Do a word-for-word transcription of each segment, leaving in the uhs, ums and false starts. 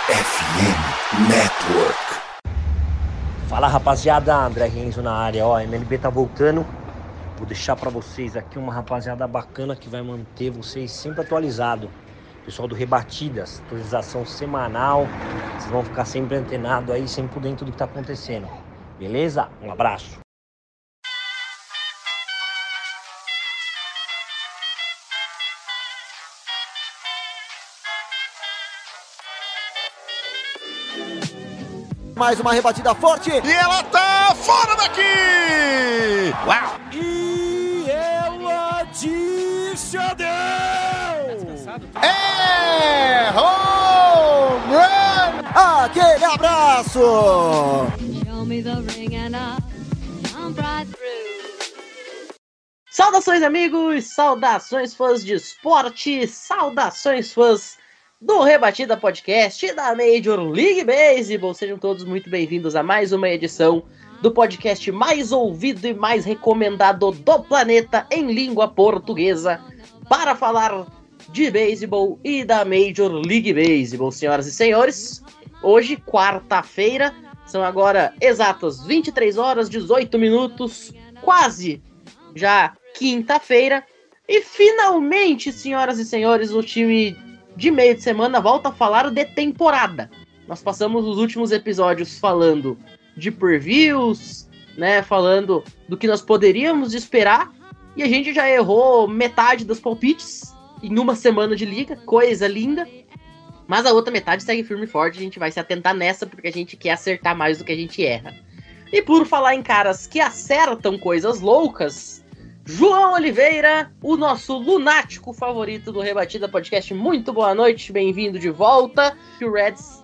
F M Network. Fala rapaziada, André Renzo na área, ó, a M L B tá voltando. Vou deixar pra vocês aqui uma rapaziada bacana que vai manter vocês sempre atualizados. Pessoal do Rebatidas, atualização semanal. Vocês vão ficar sempre antenados aí, sempre por dentro do que tá acontecendo. Beleza? Um abraço. Mais uma rebatida forte. E ela tá fora daqui! Uau! E ela descendeu! É home run! Aquele abraço! Saudações amigos, saudações fãs de esporte, saudações fãs do Rebatida Podcast e da Major League Baseball. Sejam todos muito bem-vindos a mais uma edição do podcast mais ouvido e mais recomendado do planeta em língua portuguesa para falar de beisebol e da Major League Baseball. Senhoras e senhores, hoje, quarta-feira, são agora exatas vinte e três horas, dezoito minutos, quase já quinta-feira, e finalmente, senhoras e senhores, o time de meio de semana volta a falar de temporada. Nós passamos os últimos episódios falando de previews, né, falando do que nós poderíamos esperar, e a gente já errou metade dos palpites em uma semana de liga, coisa linda, mas a outra metade segue firme e forte. A gente vai se atentar nessa porque a gente quer acertar mais do que a gente erra. E por falar em caras que acertam coisas loucas, João Oliveira, o nosso lunático favorito do Rebatida Podcast, muito boa noite, bem-vindo de volta. O Reds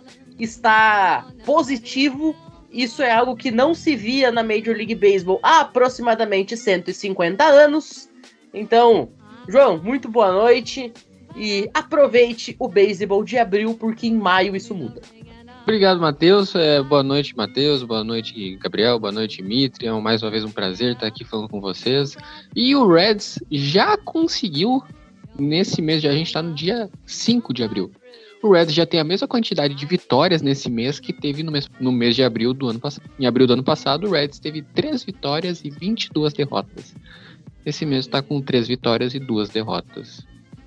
está positivo, isso é algo que não se via na Major League Baseball há aproximadamente cento e cinquenta anos. Então, João, muito boa noite e aproveite o beisebol de abril, porque em maio isso muda. Obrigado, Matheus. É, boa noite, Matheus. Boa noite, Gabriel. Boa noite, Mitri. É mais uma vez um prazer estar aqui falando com vocês. E o Reds já conseguiu, nesse mês, já, a gente está no dia cinco de abril. O Reds já tem a mesma quantidade de vitórias nesse mês que teve no mês, no mês de abril do ano passado. Em abril do ano passado, o Reds teve três vitórias e vinte e duas derrotas. Esse mês está com três vitórias e duas derrotas.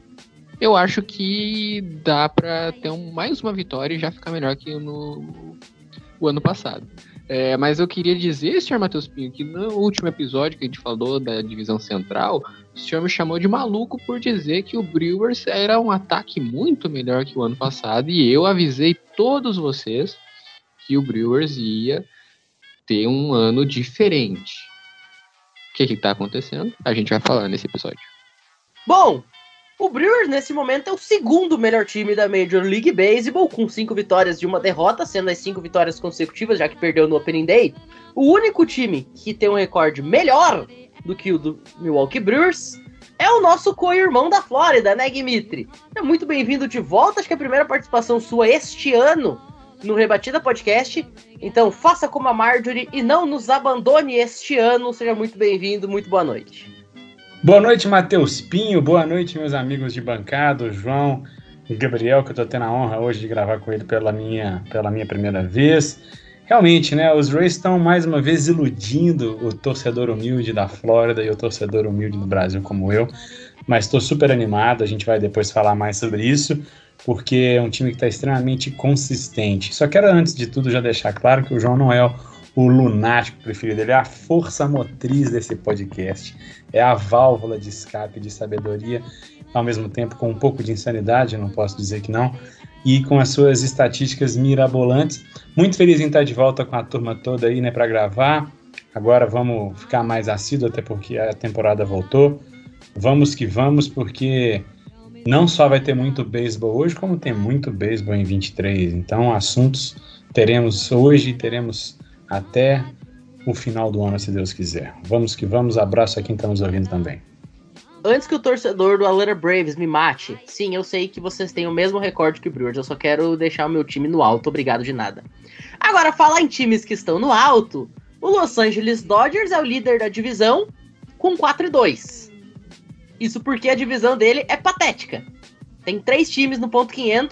Eu acho que dá pra ter um, mais uma vitória e já ficar melhor que no o ano passado. É, mas eu queria dizer, senhor Matheus Pinho, que no último episódio que a gente falou da divisão central, o senhor me chamou de maluco por dizer que o Brewers era um ataque muito melhor que o ano passado, e eu avisei todos vocês que o Brewers ia ter um ano diferente. O que que tá acontecendo? A gente vai falar nesse episódio. Bom, o Brewers, nesse momento, é o segundo melhor time da Major League Baseball, com cinco vitórias e uma derrota, sendo as cinco vitórias consecutivas, já que perdeu no Opening Day. O único time que tem um recorde melhor do que o do Milwaukee Brewers é o nosso co-irmão da Flórida, né, Dimitri? É muito bem-vindo de volta, acho que é a primeira participação sua este ano no Rebatida Podcast. Então, faça como a Marjorie e não nos abandone este ano. Seja muito bem-vindo, muito boa noite. Boa noite, Matheus Pinho. Boa noite, meus amigos de bancada, o João e Gabriel, que eu tô tendo a honra hoje de gravar com ele pela minha, pela minha primeira vez. Realmente, né, os Rays estão mais uma vez iludindo o torcedor humilde da Flórida e o torcedor humilde do Brasil como eu, mas estou super animado, a gente vai depois falar mais sobre isso, porque é um time que está extremamente consistente. Só quero, antes de tudo, já deixar claro que o João não é o o lunático preferido, ele é a força motriz desse podcast, é a válvula de escape de sabedoria, ao mesmo tempo com um pouco de insanidade, não posso dizer que não, e com as suas estatísticas mirabolantes. Muito feliz em estar de volta com a turma toda aí, né, para gravar. Agora vamos ficar mais assíduo, até porque a temporada voltou. Vamos que vamos, porque não só vai ter muito beisebol hoje, como tem muito beisebol em vinte e três, então assuntos teremos hoje, teremos até o final do ano, se Deus quiser. Vamos que vamos, abraço a quem está nos ouvindo também. Antes que o torcedor do Atlanta Braves me mate, sim, eu sei que vocês têm o mesmo recorde que o Brewers, eu só quero deixar o meu time no alto, obrigado de nada. Agora, falar em times que estão no alto, o Los Angeles Dodgers é o líder da divisão com quatro e dois. Isso porque a divisão dele é patética. Tem três times no ponto quinhentos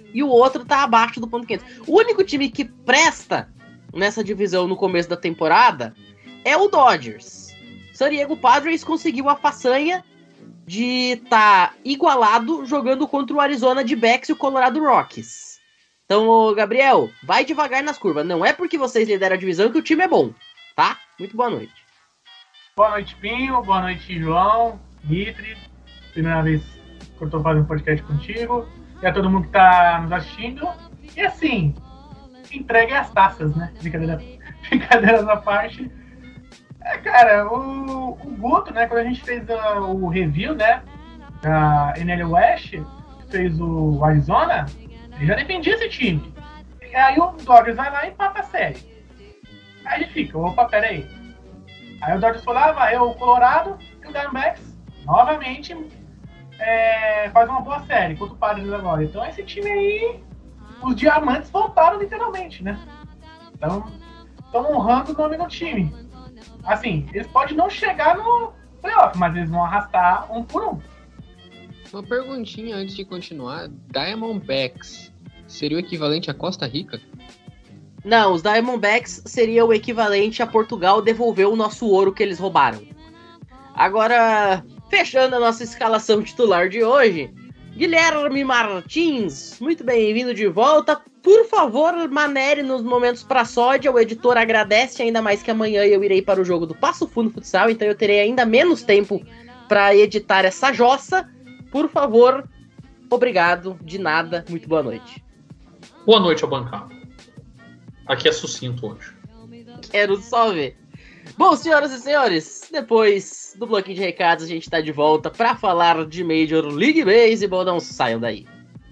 e o outro tá abaixo do ponto quinhentos. O único time que presta nessa divisão no começo da temporada é o Dodgers. San Diego Padres conseguiu a façanha de estar tá igualado jogando contra o Arizona D-backs e o Colorado Rockies. Então, Gabriel, vai devagar nas curvas. Não é porque vocês lideram a divisão que o time é bom, tá? Muito boa noite. Boa noite, Pinho. Boa noite, João, Mitri. Primeira vez que eu tô fazendo podcast contigo. E a todo mundo que tá nos assistindo. E assim, entregue as taças, né? Brincadeira, brincadeiras à parte. É, cara, o, o Guto, né? Quando a gente fez a, o review, né? Da N L West, fez o Arizona, ele já dependia desse time. E aí o Dodgers vai lá e empata a série. Aí a gente fica, opa, pera aí. Aí o Dodgers foi lá, varreu o Colorado e o Diamondbacks novamente é, faz uma boa série contra o Padres agora. Então esse time aí, os diamantes voltaram literalmente, né? Então, estão honrando o nome do time. Assim, eles podem não chegar no playoff, mas eles vão arrastar um por um. Uma perguntinha antes de continuar. Diamondbacks seria o equivalente a Costa Rica? Não, os Diamondbacks seria o equivalente a Portugal devolver o nosso ouro que eles roubaram. Agora, fechando a nossa escalação titular de hoje, Guilherme Martins, muito bem-vindo de volta. Por favor, manere nos momentos pra sódia, o editor agradece, ainda mais que amanhã eu irei para o jogo do Passo Fundo Futsal, então eu terei ainda menos tempo para editar essa jossa. Por favor, obrigado, de nada, muito boa noite. Boa noite ao bancado. Aqui é sucinto hoje. Quero só ver. Bom, senhoras e senhores, depois do bloquinho de recados a gente tá de volta para falar de Major League Baseball, não saiam daí.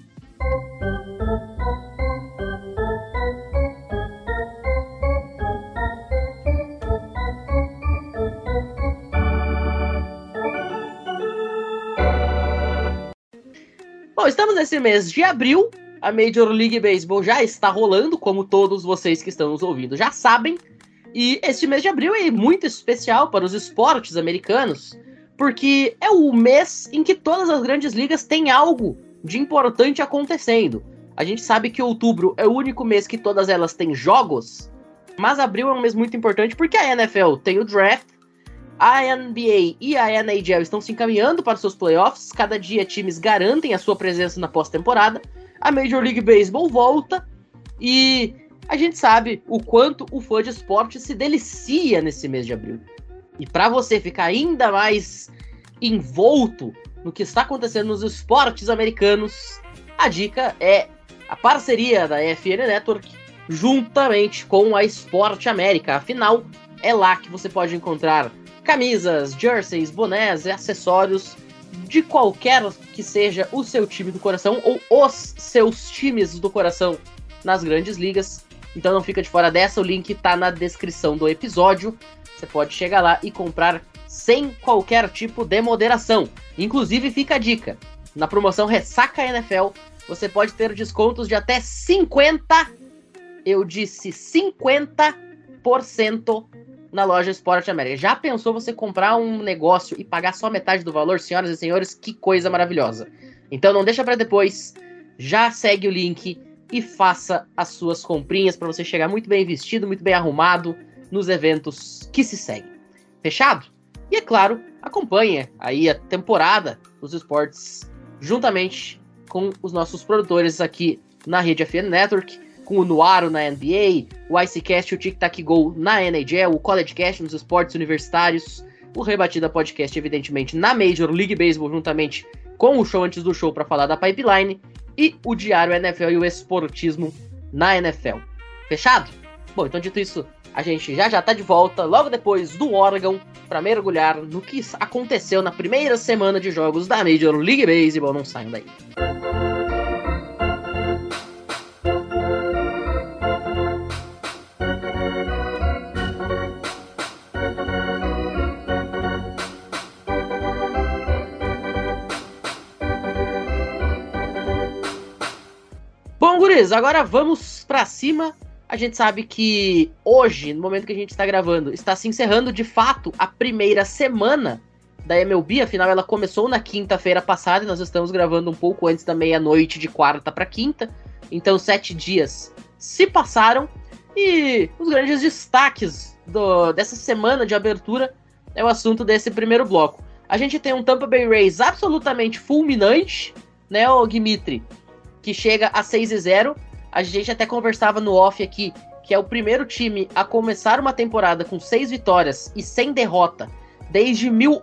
Bom, estamos nesse mês de abril, a Major League Baseball já está rolando, como todos vocês que estão nos ouvindo já sabem, e este mês de abril é muito especial para os esportes americanos, porque é o mês em que todas as grandes ligas têm algo de importante acontecendo. A gente sabe que outubro é o único mês que todas elas têm jogos, mas abril é um mês muito importante porque a N F L tem o draft, a N B A e a N H L estão se encaminhando para seus playoffs, cada dia times garantem a sua presença na pós-temporada, a Major League Baseball volta e a gente sabe o quanto o fã de esporte se delicia nesse mês de abril. E para você ficar ainda mais envolto no que está acontecendo nos esportes americanos, a dica é a parceria da E F N Network juntamente com a Esporte América. Afinal, é lá que você pode encontrar camisas, jerseys, bonés e acessórios de qualquer que seja o seu time do coração ou os seus times do coração nas grandes ligas. Então não fica de fora dessa, o link tá na descrição do episódio. Você pode chegar lá e comprar sem qualquer tipo de moderação. Inclusive fica a dica, na promoção Ressaca N F L, você pode ter descontos de até cinquenta, eu disse cinquenta por cento na loja Esporte América. Já pensou você comprar um negócio e pagar só metade do valor? Senhoras e senhores, que coisa maravilhosa. Então não deixa para depois, já segue o link e faça as suas comprinhas para você chegar muito bem vestido, muito bem arrumado nos eventos que se seguem. Fechado? E é claro, acompanhe aí a temporada dos esportes juntamente com os nossos produtores aqui na Rede F N Network, com o Nuaro na N B A, o IceCast e o Tic Tac Go na N H L, o CollegeCast nos esportes universitários, o Rebatida Podcast, evidentemente, na Major League Baseball, juntamente com o show antes do show para falar da Pipeline, e o Diário N F L e o Esportismo na N F L. Fechado? Bom, então dito isso, a gente já já tá de volta, logo depois do órgão, para mergulhar no que aconteceu na primeira semana de jogos da Major League Baseball. Não saiam daí. Bom, guris, agora vamos pra cima. A gente sabe que hoje, no momento que a gente está gravando, está se encerrando de fato a primeira semana da M L B, afinal ela começou na quinta-feira passada e nós estamos gravando um pouco antes da meia-noite de quarta para quinta, então sete dias se passaram e os grandes destaques do, dessa semana de abertura é o assunto desse primeiro bloco. A gente tem um Tampa Bay Rays absolutamente fulminante, né, o Dimitri, que chega a seis a zero. A gente até conversava no off aqui que é o primeiro time a começar uma temporada com seis vitórias e sem derrota desde mil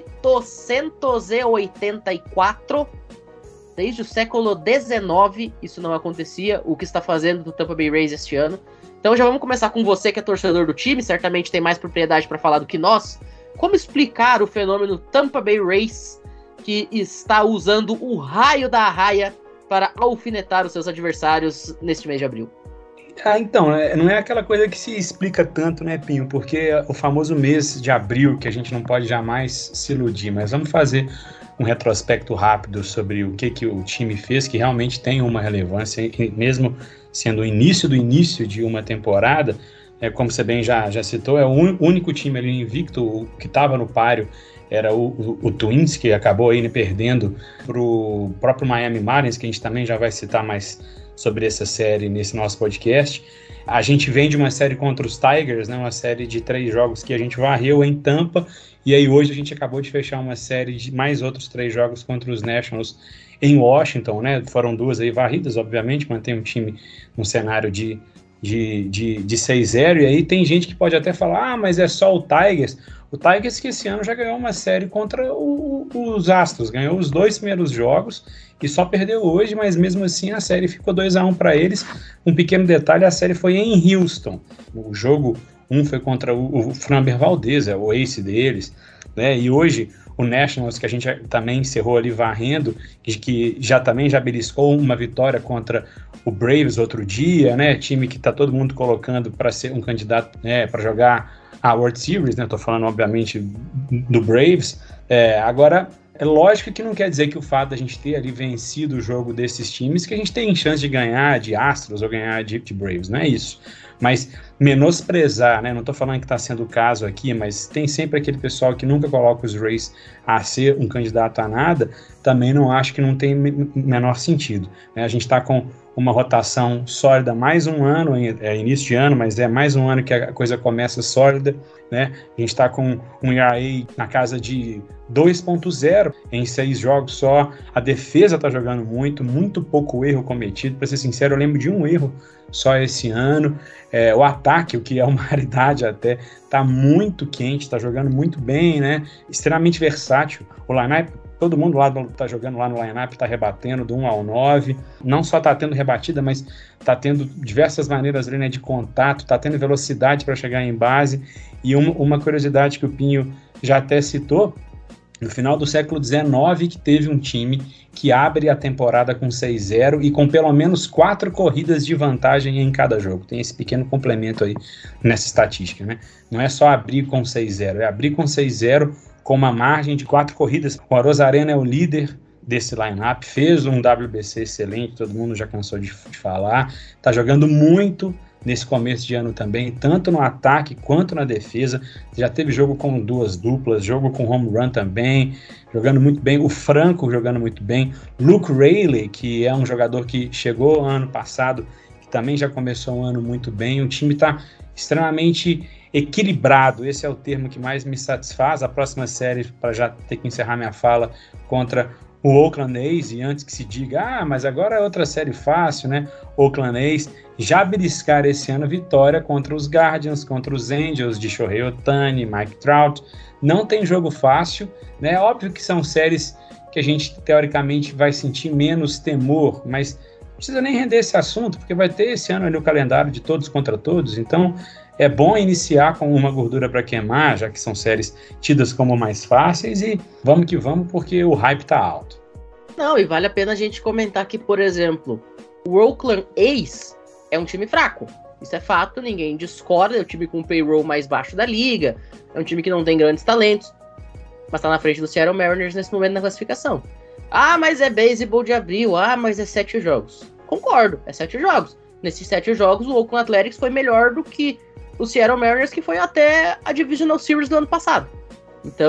oitocentos e oitenta e quatro, desde o século dezenove, isso não acontecia, o que está fazendo do Tampa Bay Rays este ano. Então já vamos começar com você, que é torcedor do time, certamente tem mais propriedade para falar do que nós. Como explicar o fenômeno Tampa Bay Rays, que está usando o raio da arraia para alfinetar os seus adversários neste mês de abril? Ah, então, não é aquela coisa que se explica tanto, né, Pinho? Porque o famoso mês de abril, que a gente não pode jamais se iludir, mas vamos fazer um retrospecto rápido sobre o que, que o time fez, que realmente tem uma relevância, mesmo sendo o início do início de uma temporada. É, como você bem já, já citou, é o un, único time ali invicto, o que estava no páreo era o, o, o Twins, que acabou aí perdendo para o próprio Miami Marlins, que a gente também já vai citar mais sobre essa série nesse nosso podcast. A gente vem de uma série contra os Tigers, né, uma série de três jogos que a gente varreu em Tampa, e aí hoje a gente acabou de fechar uma série de mais outros três jogos contra os Nationals em Washington, né, foram duas aí varridas, obviamente, mantém um time num cenário de, de, de, de seis a zero, e aí tem gente que pode até falar, ah, mas é só o Tigers. O Tigers que esse ano já ganhou uma série contra o, os Astros, ganhou os dois primeiros jogos e só perdeu hoje, mas mesmo assim a série ficou dois a um para eles. Um pequeno detalhe, a série foi em Houston. O jogo um foi contra o, o Framber Valdez, é o ace deles, né? E hoje o Nationals, que a gente também encerrou ali varrendo, que, que já também já beliscou uma vitória contra o Braves outro dia, né? Time que está todo mundo colocando para ser um candidato, né, para jogar a World Series, né? Estou falando, obviamente, do Braves. É, agora, é lógico que não quer dizer que o fato da gente ter ali vencido o jogo desses times, que a gente tem chance de ganhar de Astros ou ganhar de, de Braves, não é isso. Mas menosprezar, né? Não estou falando que está sendo o caso aqui, mas tem sempre aquele pessoal que nunca coloca os Rays a ser um candidato a nada, também não acho que não tem menor sentido, né? A gente está com uma rotação sólida mais um ano, é início de ano, mas é mais um ano que a coisa começa sólida, né? A gente está com um E R A na casa de dois ponto zero em seis jogos só, a defesa está jogando muito, muito pouco erro cometido, para ser sincero, eu lembro de um erro só esse ano. É, o ataque, o que é uma raridade até, está muito quente, está jogando muito bem, né? Extremamente versátil. O line-up, todo mundo lá está jogando lá no line-up, está rebatendo do um ao nove, não só está tendo rebatida, mas está tendo diversas maneiras ali, né, de contato, está tendo velocidade para chegar em base. E uma, uma curiosidade que o Pinho já até citou, no final do século dezenove, que teve um time que abre a temporada com seis a zero e com pelo menos quatro corridas de vantagem em cada jogo. Tem esse pequeno complemento aí nessa estatística, né? Não é só abrir com seis a zero, é abrir com seis a zero com uma margem de quatro corridas. O Arozarena é o líder desse line-up, fez um W B C excelente, todo mundo já cansou de, de falar, tá jogando muito nesse começo de ano também, tanto no ataque quanto na defesa. Já teve jogo com duas duplas, jogo com home run também, jogando muito bem. O Franco jogando muito bem. Luke Raley, que é um jogador que chegou ano passado, que também já começou o ano muito bem. O time está extremamente equilibrado, esse é o termo que mais me satisfaz. A próxima série, para já ter que encerrar minha fala, contra o Oakland A's, e antes que se diga, ah, mas agora é outra série fácil, né? Oakland A's já beliscar esse ano vitória contra os Guardians, contra os Angels de Shohei Ohtani, Mike Trout. Não tem jogo fácil, né? Óbvio que são séries que a gente teoricamente vai sentir menos temor, mas não precisa nem render esse assunto, porque vai ter esse ano ali o calendário de todos contra todos, então é bom iniciar com uma gordura para queimar, já que são séries tidas como mais fáceis, e vamos que vamos, porque o hype tá alto. Não, e vale a pena a gente comentar que, por exemplo, o Oakland A's é um time fraco. Isso é fato, ninguém discorda, é o time com o payroll mais baixo da liga, é um time que não tem grandes talentos, mas tá na frente do Seattle Mariners nesse momento na classificação. Ah, mas é beisebol de abril, ah, mas é sete jogos. Concordo, é sete jogos. Nesses sete jogos, o Oakland Athletics foi melhor do que o Seattle Mariners, que foi até a Divisional Series do ano passado. Então,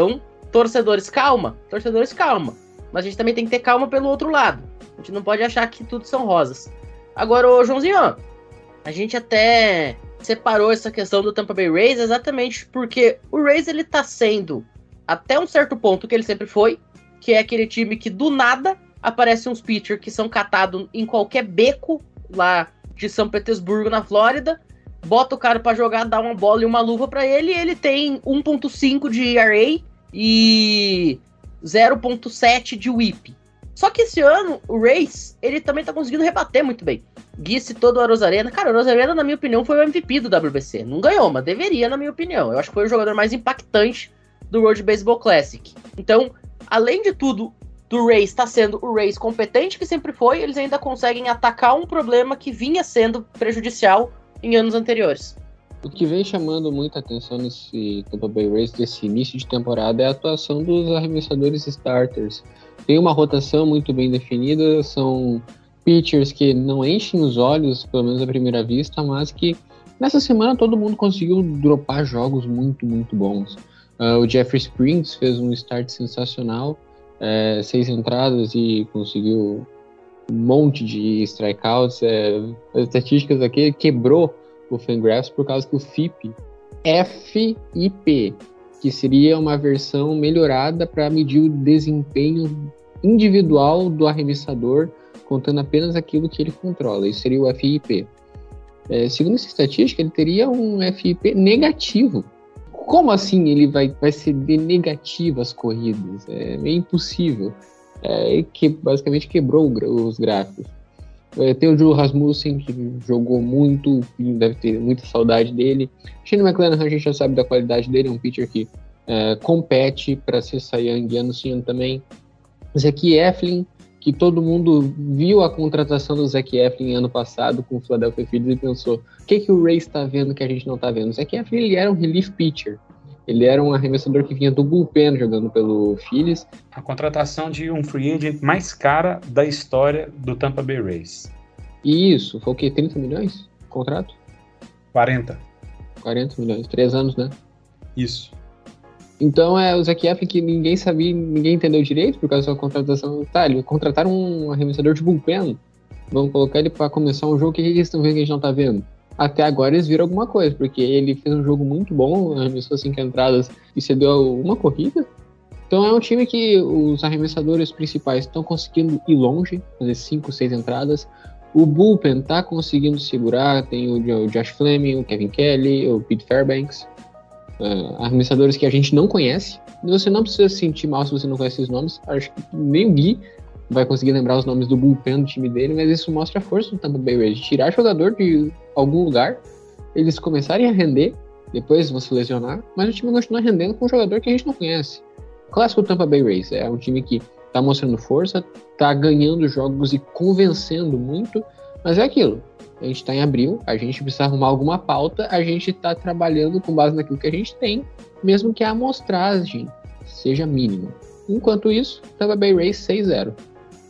torcedores, calma, torcedores, calma. Mas a gente também tem que ter calma pelo outro lado. A gente não pode achar que tudo são rosas. Agora, ô Joãozinho, ó, a gente até separou essa questão do Tampa Bay Rays exatamente porque o Rays, ele tá sendo, até um certo ponto que ele sempre foi, que é aquele time que do nada aparecem uns pitchers que são catados em qualquer beco lá de São Petersburgo, na Flórida, bota o cara pra jogar, dá uma bola e uma luva pra ele, e ele tem um ponto cinco de E R A e zero ponto sete de whip. Só que esse ano, o Rays, ele também tá conseguindo rebater muito bem. Gui citou do Arozarena. Cara, o Arozarena, na minha opinião, foi o M V P do W B C. Não ganhou, mas deveria, na minha opinião. Eu acho que foi o jogador mais impactante do World Baseball Classic. Então, além de tudo, do Rays tá sendo o Rays competente que sempre foi, eles ainda conseguem atacar um problema que vinha sendo prejudicial em anos anteriores. O que vem chamando muita atenção nesse Tampa Bay Rays desse início de temporada é a atuação dos arremessadores starters. Tem uma rotação muito bem definida, são pitchers que não enchem os olhos, pelo menos à primeira vista, mas que nessa semana todo mundo conseguiu dropar jogos muito, muito bons. Uh, o Jeffrey Springs fez um start sensacional, é, seis entradas e conseguiu um monte de strikeouts. É, as estatísticas aqui quebrou o Fangraphs por causa que o F I P, F I P, que seria uma versão melhorada para medir o desempenho individual do arremessador, contando apenas aquilo que ele controla. Isso seria o F I P. É, segundo essa estatística, ele teria um F I P negativo. Como assim ele vai, vai ser de negativo as corridas? É meio impossível. É, que basicamente quebrou os gráficos. É, tem o Drew Rasmussen, que jogou muito, deve ter muita saudade dele. Shane McClanahan, a gente já sabe da qualidade dele, é um pitcher que é, compete para ser Cy Young ano sim ano também. Zach Eflin, que todo mundo viu a contratação do Zach Eflin ano passado com o Philadelphia Phillies e pensou, o que, que o Rays está vendo que a gente não está vendo? O Zach Eflin, ele era um relief pitcher. Ele era um arremessador que vinha do bullpen jogando pelo Phillies. A contratação de um free agent mais cara da história do Tampa Bay Rays. Isso, foi o quê? trinta milhões? Contrato? quarenta. quarenta milhões, três anos, né? Isso. Então é o Zach Eflin que ninguém sabia, ninguém entendeu direito por causa da sua contratação. Tá, eles contrataram um arremessador de bullpen. Vamos colocar ele para começar um jogo. O que, que eles estão vendo que a gente não tá vendo? Até agora eles viram alguma coisa, porque ele fez um jogo muito bom, arremessou cinco entradas e cedeu uma corrida. Então é um time que os arremessadores principais estão conseguindo ir longe, fazer cinco, seis entradas. O bullpen tá conseguindo segurar, tem o Josh Fleming, o Kevin Kelly, o Pete Fairbanks, uh, arremessadores que a gente não conhece. E você não precisa se sentir mal se você não conhece esses nomes, acho que nem o Gui vai conseguir lembrar os nomes do bullpen do time dele, mas isso mostra a força do Tampa Bay Rays, de tirar jogador de algum lugar, eles começarem a render, depois vão se lesionar, mas o time continua rendendo com um jogador que a gente não conhece. O clássico do Tampa Bay Rays é um time que tá mostrando força, tá ganhando jogos e convencendo muito, mas é aquilo, a gente tá em abril, a gente precisa arrumar alguma pauta, a gente tá trabalhando com base naquilo que a gente tem, mesmo que a amostragem seja mínima. Enquanto isso, Tampa Bay Rays seis a zero.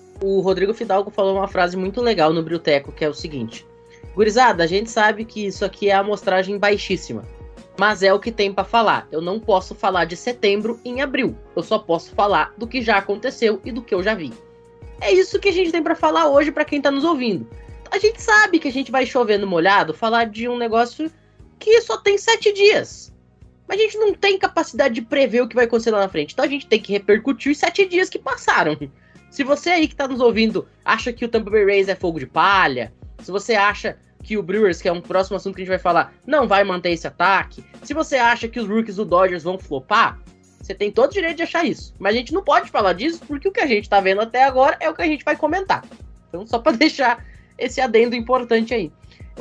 O Rodrigo Fidalgo falou uma frase muito legal no Brioteco, que é o seguinte: gurizada, a gente sabe que isso aqui é a amostragem baixíssima, mas é o que tem pra falar. Eu não posso falar de setembro em abril, eu só posso falar do que já aconteceu e do que eu já vi. É isso que a gente tem pra falar hoje pra quem tá nos ouvindo. A gente sabe que a gente vai chovendo molhado falar de um negócio que só tem sete dias. Mas a gente não tem capacidade de prever o que vai acontecer lá na frente, então a gente tem que repercutir os sete dias que passaram. Se você aí que tá nos ouvindo acha que o Tampa Bay Rays é fogo de palha, se você acha que o Brewers, que é um próximo assunto que a gente vai falar, não vai manter esse ataque, se você acha que os rookies do Dodgers vão flopar, você tem todo o direito de achar isso. Mas a gente não pode falar disso porque o que a gente tá vendo até agora é o que a gente vai comentar. Então só pra deixar esse adendo importante aí.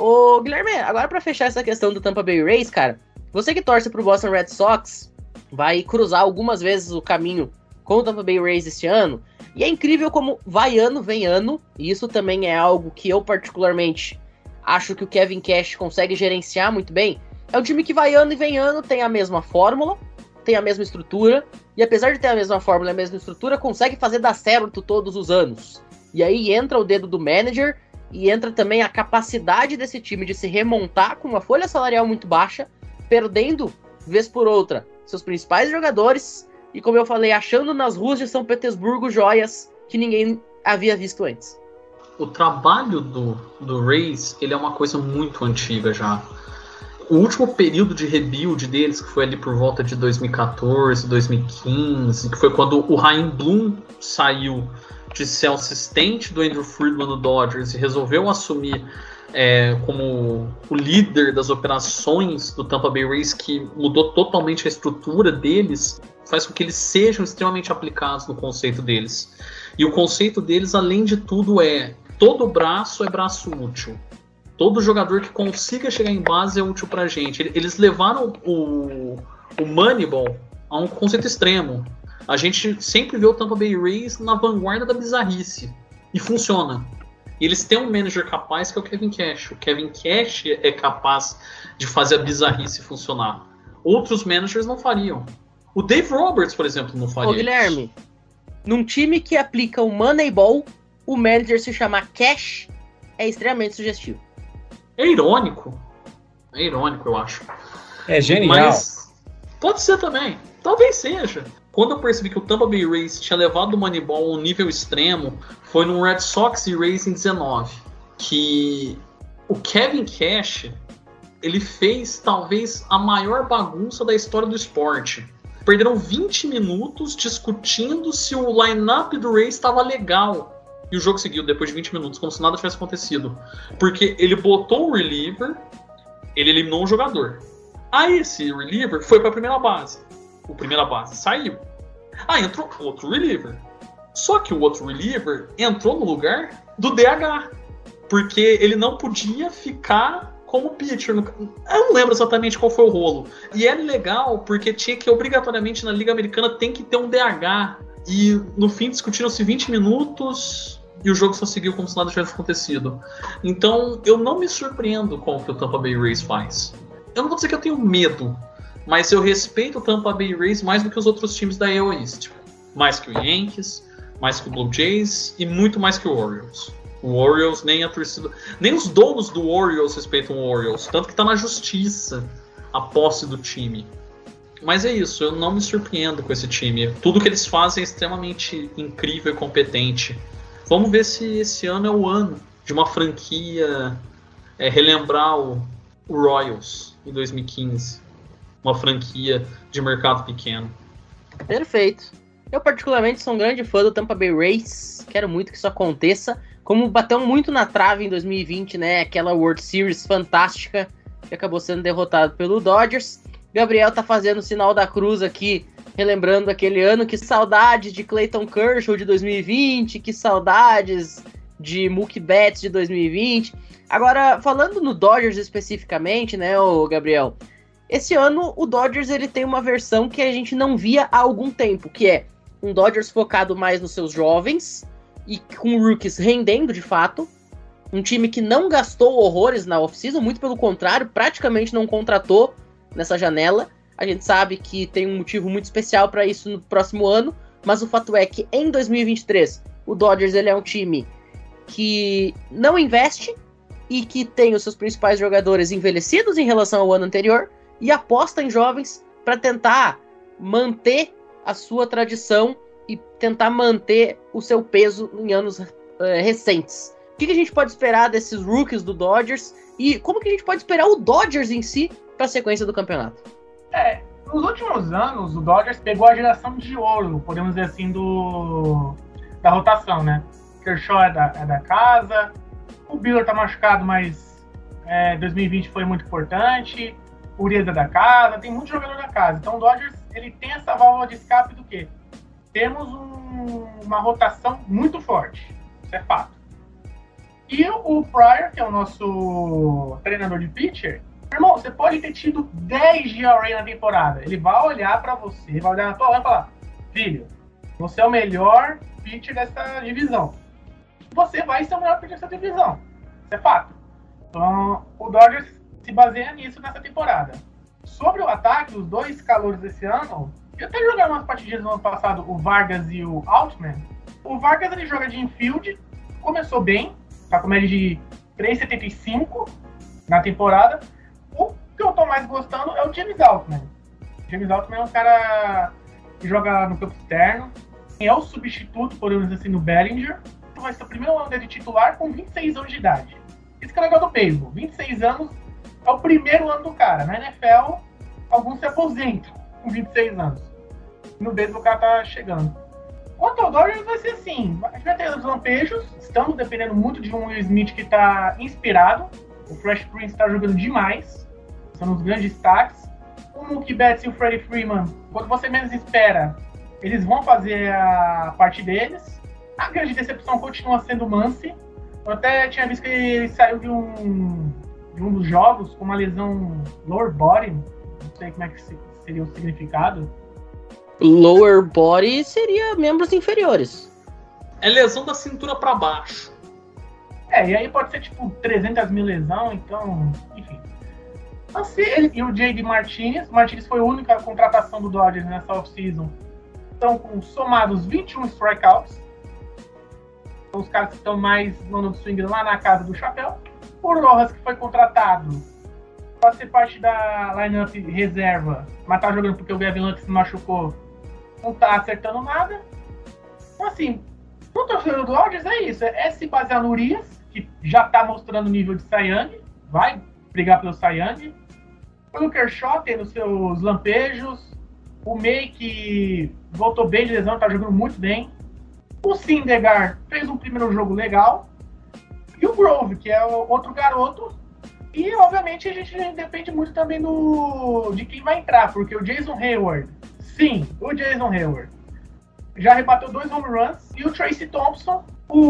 Ô Guilherme, agora pra fechar essa questão do Tampa Bay Rays, cara, você que torce pro Boston Red Sox vai cruzar algumas vezes o caminho com o Tampa Bay Rays este ano. E é incrível como vai ano, vem ano, e isso também é algo que eu particularmente acho que o Kevin Cash consegue gerenciar muito bem. É um time que vai ano e vem ano, tem a mesma fórmula, tem a mesma estrutura, e apesar de ter a mesma fórmula e a mesma estrutura, consegue fazer dar certo todos os anos. E aí entra o dedo do manager, e entra também a capacidade desse time de se remontar com uma folha salarial muito baixa, perdendo, vez por outra, seus principais jogadores, e, como eu falei, achando nas ruas de São Petersburgo joias que ninguém havia visto antes. O trabalho do, do Rays, ele é uma coisa muito antiga já. O último período de rebuild deles, que foi ali por volta de dois mil e quatorze, dois mil e quinze, que foi quando o Chaim Bloom saiu de ser assistente do Andrew Friedman no Dodgers e resolveu assumir é, como o líder das operações do Tampa Bay Rays, que mudou totalmente a estrutura deles, faz com que eles sejam extremamente aplicados no conceito deles. E o conceito deles, além de tudo, é todo braço é braço útil. Todo jogador que consiga chegar em base é útil pra gente. Eles levaram o, o Moneyball a um conceito extremo. A gente sempre vê o Tampa Bay Rays na vanguarda da bizarrice. E funciona. E eles têm um manager capaz que é o Kevin Cash. O Kevin Cash é capaz de fazer a bizarrice funcionar. Outros managers não fariam. O Dave Roberts, por exemplo, não faria. Ô, Guilherme, isso. Num time que aplica o Moneyball, o manager se chamar Cash é extremamente sugestivo. É irônico. É irônico, eu acho. É genial. Mas pode ser também. Talvez seja. Quando eu percebi que o Tampa Bay Rays tinha levado o Moneyball a um nível extremo, foi no Red Sox e Rays em dezenove. Que o Kevin Cash, ele fez talvez a maior bagunça da história do esporte. Perderam vinte minutos discutindo se o line-up do Rays estava legal. E o jogo seguiu depois de vinte minutos, como se nada tivesse acontecido. Porque ele botou o reliever, ele eliminou um jogador. Aí esse reliever foi para a primeira base. O primeira base saiu. Aí entrou outro reliever. Só que o outro reliever entrou no lugar do D H. Porque ele não podia ficar como pitcher. Eu não lembro exatamente qual foi o rolo. E é legal porque tinha que, obrigatoriamente, na Liga Americana, tem que ter um D H. E no fim discutiram-se vinte minutos e o jogo só seguiu como se nada tivesse acontecido. Então eu não me surpreendo com o que o Tampa Bay Rays faz. Eu não vou dizer que eu tenho medo, mas eu respeito o Tampa Bay Rays mais do que os outros times da A L East. Mais que o Yankees, mais que o Blue Jays e muito mais que o Orioles. O Orioles, nem a torcida, nem os donos do Orioles respeitam o Orioles, tanto que está na justiça a posse do time. Mas é isso, eu não me surpreendo com esse time. Tudo que eles fazem é extremamente incrível e competente. Vamos ver se esse ano é o ano de uma franquia é, relembrar o, o Royals em dois mil e quinze. Uma franquia de mercado pequeno. Perfeito. Eu particularmente sou um grande fã do Tampa Bay Rays. Quero muito que isso aconteça. Como bateu muito na trave em dois mil e vinte, né? Aquela World Series fantástica que acabou sendo derrotado pelo Dodgers. Gabriel tá fazendo o sinal da cruz aqui, relembrando aquele ano. Que saudades de Clayton Kershaw de dois mil e vinte, que saudades de Mookie Betts de dois mil e vinte. Agora, falando no Dodgers especificamente, né, ô Gabriel, esse ano o Dodgers ele tem uma versão que a gente não via há algum tempo, que é um Dodgers focado mais nos seus jovens e com rookies rendendo de fato. Um time que não gastou horrores na off-season, muito pelo contrário, praticamente não contratou nessa janela. A gente sabe que tem um motivo muito especial para isso no próximo ano, mas o fato é que em dois mil e vinte e três o Dodgers ele é um time que não investe e que tem os seus principais jogadores envelhecidos em relação ao ano anterior e aposta em jovens para tentar manter a sua tradição e tentar manter o seu peso em anos uh, recentes. O que, que a gente pode esperar desses rookies do Dodgers e como que a gente pode esperar o Dodgers em si para a sequência do campeonato? É, nos últimos anos, o Dodgers pegou a geração de ouro, podemos dizer assim, do da rotação, né? Kershaw é da, é da casa, o Buehler tá machucado, mas é, dois mil e vinte foi muito importante, o Urias é da casa, tem muito jogador da casa. Então o Dodgers, ele tem essa válvula de escape do quê? Temos um, uma rotação muito forte, isso é fato. E o Pryor, que é o nosso treinador de pitcher, irmão, você pode ter tido dez G R A na temporada. Ele vai olhar pra você, vai olhar na tua olhada e falar: filho, você é o melhor pitcher dessa divisão. Você vai ser o melhor pitcher dessa divisão. Isso é fato. Então, o Dodgers se baseia nisso nessa temporada. Sobre o ataque, os dois calouros desse ano, eu até joguei umas partidinhas no ano passado, o Vargas e o Altman. O Vargas, ele joga de infield, começou bem, tá com média de três vírgula setenta e cinco na temporada. O que eu tô mais gostando é o James Outman. O James Outman é um cara que joga no campo externo. É o substituto, podemos dizer assim, no Bellinger. Vai ser o primeiro ano dele titular com vinte e seis anos de idade. Isso que é legal do beisebol. vinte e seis anos é o primeiro ano do cara. Na N F L, alguns se aposentam com vinte e seis anos. No beisebol o cara tá chegando. Quanto ao Dodgers vai ser assim. A gente vai ter os lampejos. Estamos dependendo muito de um Will Smith que tá inspirado. O Fresh Prince tá jogando demais. São os grandes destaques. O Mookie Betts e o Freddie Freeman, quando você menos espera, eles vão fazer a parte deles. A grande decepção continua sendo o Muncy. Eu até tinha visto que ele saiu de um, de um dos jogos com uma lesão lower body. Não sei como é que seria o significado. Lower body seria membros inferiores. É lesão da cintura pra baixo. É, e aí pode ser tipo trezentas mil lesão, então, enfim. Assim, ele, e o J D Martinez. O Martinez foi a única contratação do Dodgers nessa off-season. Estão com somados vinte e um strikeouts. São os caras que estão mais no ano do swing lá na casa do chapéu. O Rojas, que foi contratado para ser parte da lineup reserva, mas tá jogando porque o Gavin Lux se machucou, não tá acertando nada. Então, assim, o torcedor do Dodgers é isso: é se basear no Urias, que já tá mostrando o nível de Cy Young, vai brigar pelo Cy Young. O Kershaw tendo seus lampejos. O May, que voltou bem de lesão, tá jogando muito bem. O Syndergaard fez um primeiro jogo legal. E o Grove, que é o outro garoto. E, obviamente, a gente depende muito também do, de quem vai entrar. Porque o Jason Hayward, sim, o Jason Hayward, já rebateu dois home runs. E o Tracy Thompson,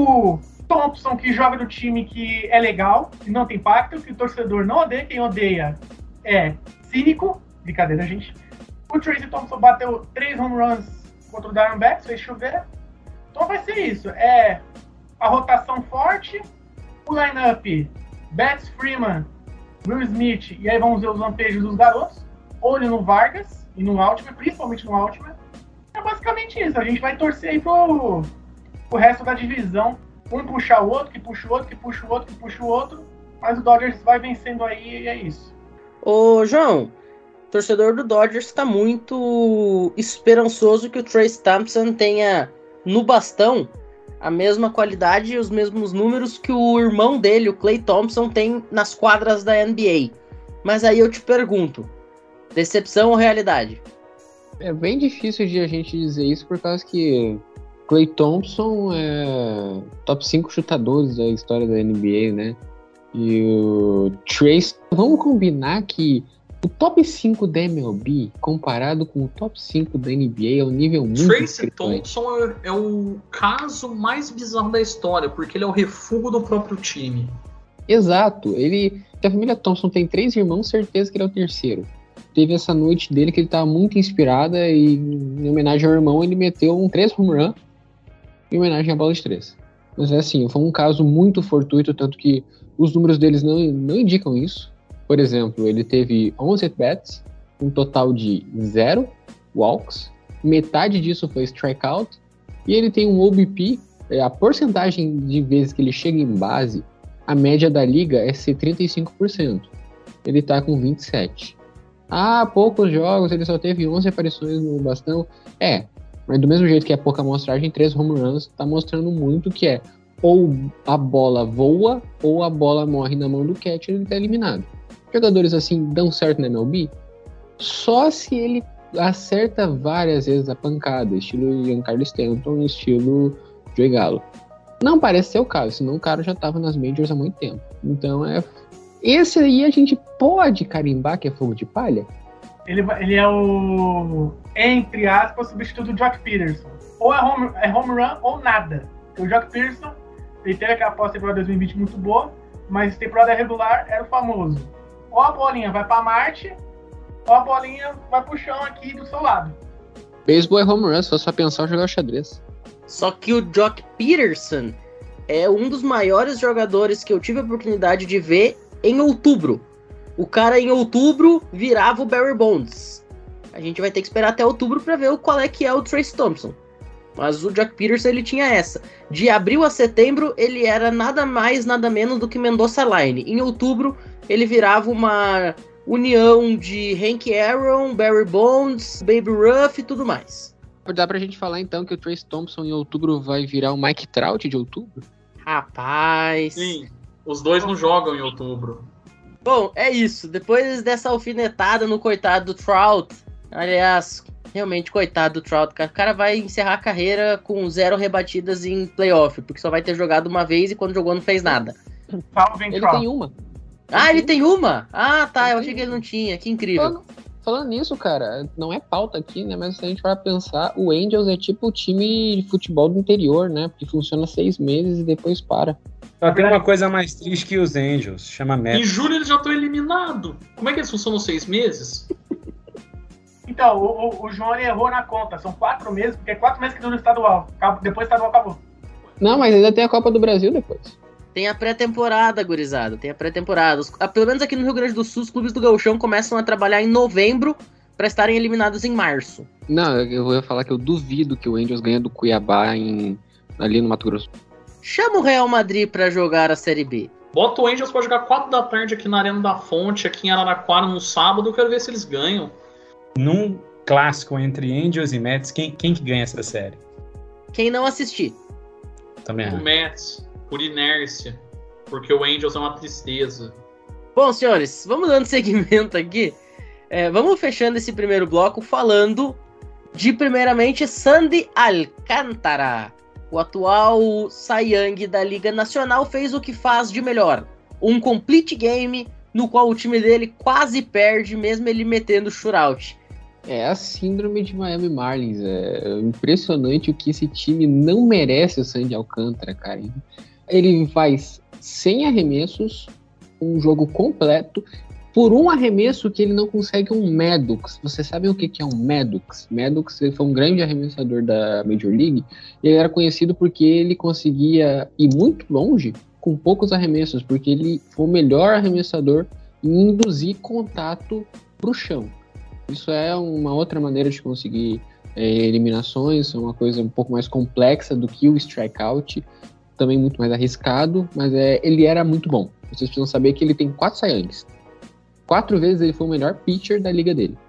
o Thompson que joga no time que é legal, que não tem pacto, que o torcedor não odeia. Quem odeia é cínico. Brincadeira, gente. O Tracy Thompson bateu três home runs contra o Diamondbacks, fez chover. Então vai ser isso. É a rotação forte, o line-up Betts, Freeman, Will Smith, e aí vamos ver os lampejos dos garotos. Olho no Vargas e no Altman, principalmente no Altman. É basicamente isso. A gente vai torcer aí pro, pro resto da divisão. Um puxar o outro, que puxa o outro, que puxa o outro, que puxa o outro. Mas o Dodgers vai vencendo aí e é isso. Ô, João, torcedor do Dodgers está muito esperançoso que o Trace Thompson tenha no bastão a mesma qualidade e os mesmos números que o irmão dele, o Klay Thompson, tem nas quadras da N B A. Mas aí eu te pergunto, decepção ou realidade? É bem difícil de a gente dizer isso por causa que Klay Thompson é top cinco chutadores da história da N B A, né? E o Trace, vamos combinar que o top cinco da M L B, comparado com o top cinco da N B A, é um nível muito Tracy Thompson é, é o caso mais bizarro da história, porque ele é o refúgio do próprio time. Exato. Ele, a família Thompson tem três irmãos, certeza que ele é o terceiro. Teve essa noite dele que ele estava muito inspirada e, em homenagem ao irmão, ele meteu um três home run em homenagem à bola de três. Mas é assim, foi um caso muito fortuito, tanto que os números deles não, não indicam isso. Por exemplo, ele teve onze at-bats, um total de zero walks, metade disso foi strikeout, e ele tem um O B P, a porcentagem de vezes que ele chega em base, a média da liga é ser trinta e cinco por cento. Ele tá com vinte e sete. Ah, poucos jogos, ele só teve onze aparições no bastão. É, mas do mesmo jeito que é pouca amostragem, três home runs tá mostrando muito que é ou a bola voa ou a bola morre na mão do catcher e ele tá eliminado. Jogadores assim dão certo na M L B só se ele acerta várias vezes a pancada, estilo Giancarlo Stanton, estilo Joey Gallo. Não parece ser o caso, senão o cara já tava nas majors há muito tempo. Então é... esse aí a gente pode carimbar que é fogo de palha? Ele, ele é o, entre aspas, substituto do Jock Peterson. Ou é home, é home run ou nada. O Jock Peterson, ele teve aquela pós-temporada dois mil e vinte muito boa, mas temporada regular era o famoso: ou a bolinha vai pra Marte, ou a bolinha vai pro chão aqui do seu lado. Beisebol é home run, se fosse só pensar jogar xadrez. Só que o Jock Peterson é um dos maiores jogadores que eu tive a oportunidade de ver em outubro. O cara em outubro virava o Barry Bonds. A gente vai ter que esperar até outubro para ver qual é que é o Trace Thompson. Mas o Jock Peterson, ele tinha essa. De abril a setembro, ele era nada mais, nada menos do que Mendoza Line. Em outubro, ele virava uma união de Hank Aaron, Barry Bonds, Baby Ruth e tudo mais. dá pra gente falar então que o Trayce Thompson em outubro vai virar o Mike Trout de outubro? Rapaz. Sim, os dois não jogam em outubro. Bom, é isso. Depois dessa alfinetada no coitado do Trout, aliás, realmente coitado do Trout, cara. O cara vai encerrar a carreira com zero rebatidas em playoff, porque só vai ter jogado uma vez e quando jogou não fez nada. Ele tem uma. Ah, ele tem uma? Ah, tá, eu achei que ele não tinha. Que incrível. Falando, falando nisso, cara, não é pauta aqui, né? Mas se a gente vai pensar, o Angels é tipo o time de futebol do interior, né? Porque funciona seis meses e depois para. Só tem uma coisa mais triste que os Angels, chama Mets. Em julho eles já estão eliminados. Como é que eles funcionam seis meses? Então, o, o, o João errou na conta. São quatro meses, porque é quatro meses que dura o estadual. Depois o estadual acabou. Não, mas ainda tem a Copa do Brasil depois. Tem a pré-temporada, gurizada. Tem a pré-temporada. Os- ah, Pelo menos aqui no Rio Grande do Sul, os clubes do Gauchão começam a trabalhar em novembro para estarem eliminados em março. Não, eu ia falar que eu duvido que o Angels ganhe do Cuiabá em, ali no Mato Grosso. Chama o Real Madrid para jogar a Série B. Bota o Angels pra jogar quatro da tarde aqui na Arena da Fonte, aqui em Araraquara, no sábado. Eu quero ver se eles ganham. Num clássico entre Angels e Mets, quem, quem que ganha essa série? Quem não assistir. Também O acho. Mets, por inércia. Porque o Angels é uma tristeza. Bom, senhores, vamos dando seguimento aqui. É, vamos fechando esse primeiro bloco falando de, primeiramente, Sandy Alcântara. O atual Cy Young da Liga Nacional fez o que faz de melhor. Um complete game no qual o time dele quase perde, mesmo ele metendo shootout. É a síndrome de Miami Marlins. É impressionante o que esse time não merece o Sandy Alcântara, cara. Ele faz cem arremessos, um jogo completo, por um arremesso que ele não consegue um Maddox. Vocês sabem o que é um Maddox? Maddox foi um grande arremessador da Major League. Ele era conhecido porque ele conseguia ir muito longe com poucos arremessos, porque ele foi o melhor arremessador em induzir contato para o chão. Isso é uma outra maneira de conseguir é, eliminações, é uma coisa um pouco mais complexa do que o strikeout, também muito mais arriscado, mas é, ele era muito bom. Vocês precisam saber que ele tem quatro Cy Youngs. Quatro vezes ele foi o melhor pitcher da liga dele.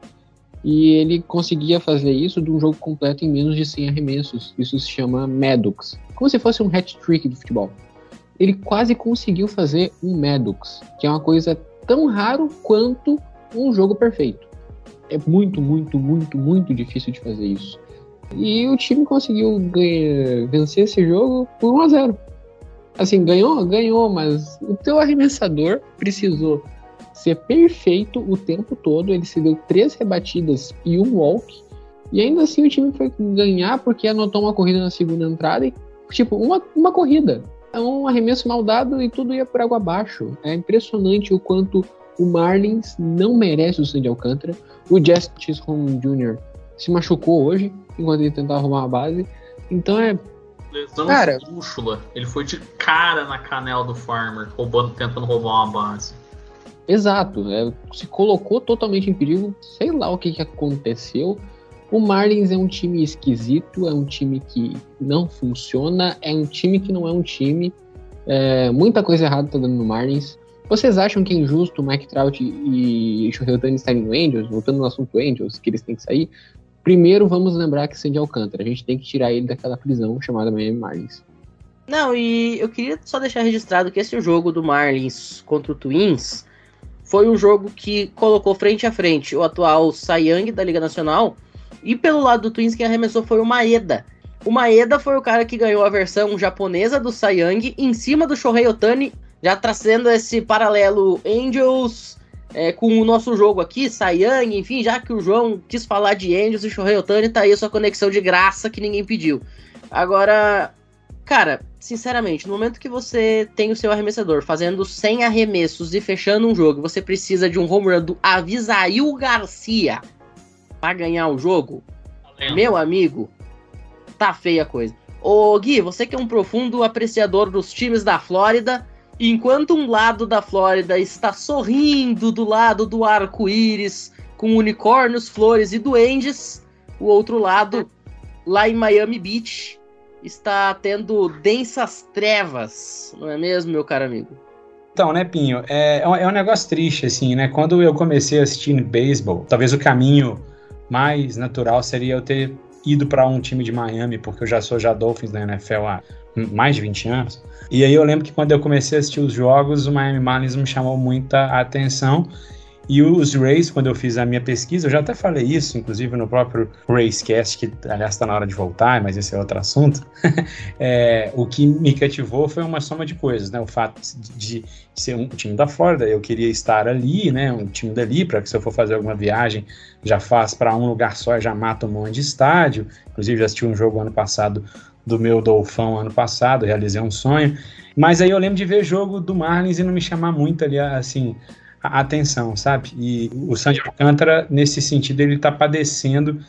E ele conseguia fazer isso de um jogo completo em menos de cem arremessos. Isso se chama Maddox. Como se fosse um hat-trick do futebol. Ele quase conseguiu fazer um Maddox, que é uma coisa tão raro quanto um jogo perfeito. É muito, muito, muito, muito difícil de fazer isso. E o time conseguiu ganhar, vencer esse jogo por um a zero. Assim, ganhou? Ganhou, mas o teu arremessador precisou ser perfeito o tempo todo. Ele se deu três rebatidas e um walk. E ainda assim o time foi ganhar porque anotou uma corrida na segunda entrada. E, tipo, uma, uma corrida. É um arremesso mal dado e tudo ia por água abaixo. É impressionante o quanto o Marlins não merece o Sandy Alcântara. O Jesse Chisholm Júnior se machucou hoje, enquanto ele tentava arrumar a base. Então é... Lesão Cara, esdrúxula. Ele foi de cara na canela do Farmer, roubando, tentando roubar uma base. Exato, é, se colocou totalmente em perigo, sei lá o que, que aconteceu. O Marlins é um time esquisito, é um time que não funciona, é um time que não é um time. É, muita coisa errada tá dando no Marlins. Vocês acham que é injusto o Mike Trout e Shohei Ohtani estarem no Angels? Voltando no assunto Angels, que eles têm que sair. Primeiro, vamos lembrar que Sandy Alcântara, a gente tem que tirar ele daquela prisão chamada Miami Marlins. Não, e eu queria só deixar registrado que esse jogo do Marlins contra o Twins foi um jogo que colocou frente a frente o atual Cy Young da Liga Nacional, e pelo lado do Twins quem arremessou foi o Maeda. O Maeda foi o cara que ganhou a versão japonesa do Cy Young em cima do Shohei Ohtani, já trazendo esse paralelo Angels é, com o nosso jogo aqui, Cy Young, enfim, já que o João quis falar de Angels e Shohei Ohtani, tá aí a sua conexão de graça que ninguém pediu. Agora, cara, sinceramente, no momento que você tem o seu arremessador fazendo cem arremessos e fechando um jogo, você precisa de um home run do Avisail Garcia pra ganhar o jogo, Valendo. meu amigo, tá feia a coisa. Ô Gui, você que é um profundo apreciador dos times da Flórida, enquanto um lado da Flórida está sorrindo do lado do arco-íris com unicórnios, flores e duendes, o outro lado, lá em Miami Beach, está tendo densas trevas, não é mesmo, meu caro amigo? Então, né, Pinho, é, é um negócio triste, assim, né? Quando eu comecei a assistir beisebol, talvez o caminho mais natural seria eu ter ido para um time de Miami, porque eu já sou já Dolphins na N F L há mais de vinte anos. E aí eu lembro que quando eu comecei a assistir os jogos, o Miami Marlins me chamou muita atenção. E os Rays, quando eu fiz a minha pesquisa, eu já até falei isso, inclusive no próprio Rayscast, que aliás está na hora de voltar, mas esse é outro assunto. é, o que me cativou foi uma soma de coisas, né? O fato de, de ser um time da Flórida, eu queria estar ali, né? Um time dali, para que se eu for fazer alguma viagem, já faz para um lugar só e já mata um monte de estádio. Inclusive já assisti um jogo ano passado do meu Dolphão ano passado, realizei um sonho. Mas aí eu lembro de ver jogo do Marlins e não me chamar muito ali, assim, a atenção, sabe? E o Sandy Alcântara, nesse sentido, ele tá padecendo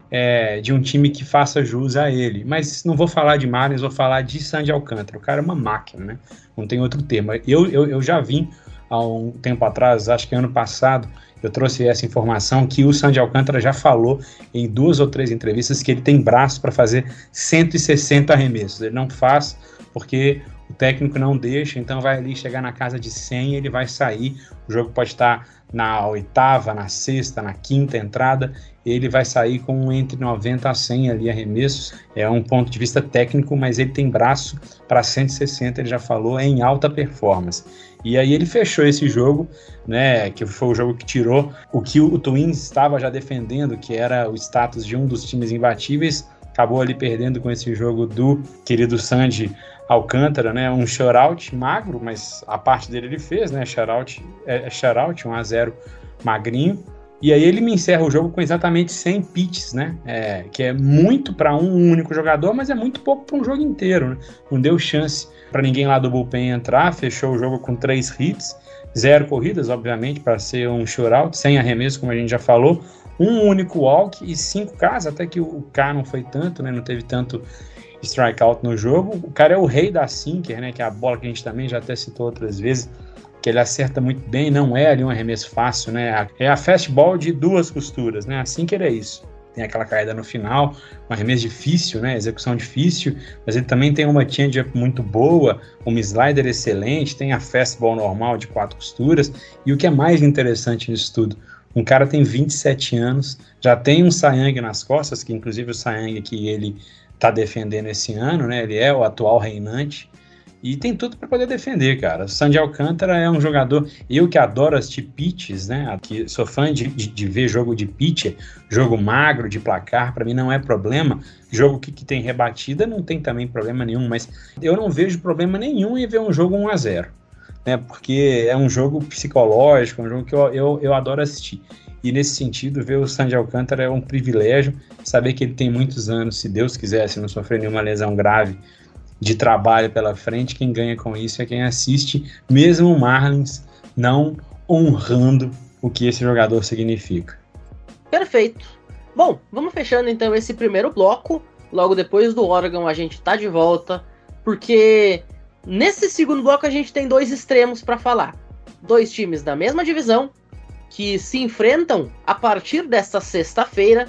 é, de um time que faça jus a ele. Mas não vou falar de Marlins, vou falar de Sandy Alcântara. O cara é uma máquina, né? Não tem outro termo. Eu, eu, eu já vim há um tempo atrás, acho que ano passado, eu trouxe essa informação que o Sandy Alcântara já falou em duas ou três entrevistas que ele tem braço para fazer cento e sessenta arremessos. Ele não faz porque o técnico não deixa, então vai ali chegar na casa de cem, ele vai sair, o jogo pode estar na oitava, na sexta, na quinta entrada, ele vai sair com entre noventa a cem ali arremessos, é um ponto de vista técnico, mas ele tem braço para cento e sessenta, ele já falou, é em alta performance. E aí ele fechou esse jogo, né, que foi o jogo que tirou o que o Twins estava já defendendo, que era o status de um dos times imbatíveis, acabou ali perdendo com esse jogo do querido Sandy Alcântara, né, um shutout magro, mas a parte dele ele fez, né, shutout, é, é shutout, um a zero magrinho, e aí ele me encerra o jogo com exatamente cem pitches, né, é, que é muito para um único jogador, mas é muito pouco para um jogo inteiro, né, não deu chance para ninguém lá do bullpen entrar, fechou o jogo com três hits, zero corridas, obviamente, para ser um shutout, sem arremesso, como a gente já falou, um único walk e cinco Ks, até que o K não foi tanto, né, não teve tanto strikeout no jogo. O cara é o rei da sinker, né, que é a bola que a gente também já até citou outras vezes, que ele acerta muito bem, não é ali um arremesso fácil, né, é a fastball de duas costuras, né, a sinker é isso, tem aquela caída no final, um arremesso difícil, né, execução difícil, mas ele também tem uma change-up muito boa, uma slider excelente, tem a fastball normal de quatro costuras, e o que é mais interessante nisso tudo, um cara tem vinte e sete anos, já tem um Cy Young nas costas, que inclusive o Cy Young que ele tá defendendo esse ano, né? Ele é o atual reinante e tem tudo para poder defender, cara. O Sandy Alcântara é um jogador, eu que adoro assistir pitches, né? Que sou fã de, de, de ver jogo de pitcher, jogo magro de placar, para mim não é problema. Jogo que, que tem rebatida não tem também problema nenhum, mas eu não vejo problema nenhum em ver um jogo um a zero, né? Porque é um jogo psicológico, é um jogo que eu, eu, eu adoro assistir. E nesse sentido, ver o Sandy Alcântara é um privilégio, saber que ele tem muitos anos, se Deus quiser, se não sofrer nenhuma lesão grave de trabalho pela frente, quem ganha com isso é quem assiste, mesmo o Marlins não honrando o que esse jogador significa. Perfeito. Bom, vamos fechando então esse primeiro bloco, logo depois do Oregon a gente tá de volta, porque nesse segundo bloco a gente tem dois extremos para falar, dois times da mesma divisão, que se enfrentam a partir desta sexta-feira,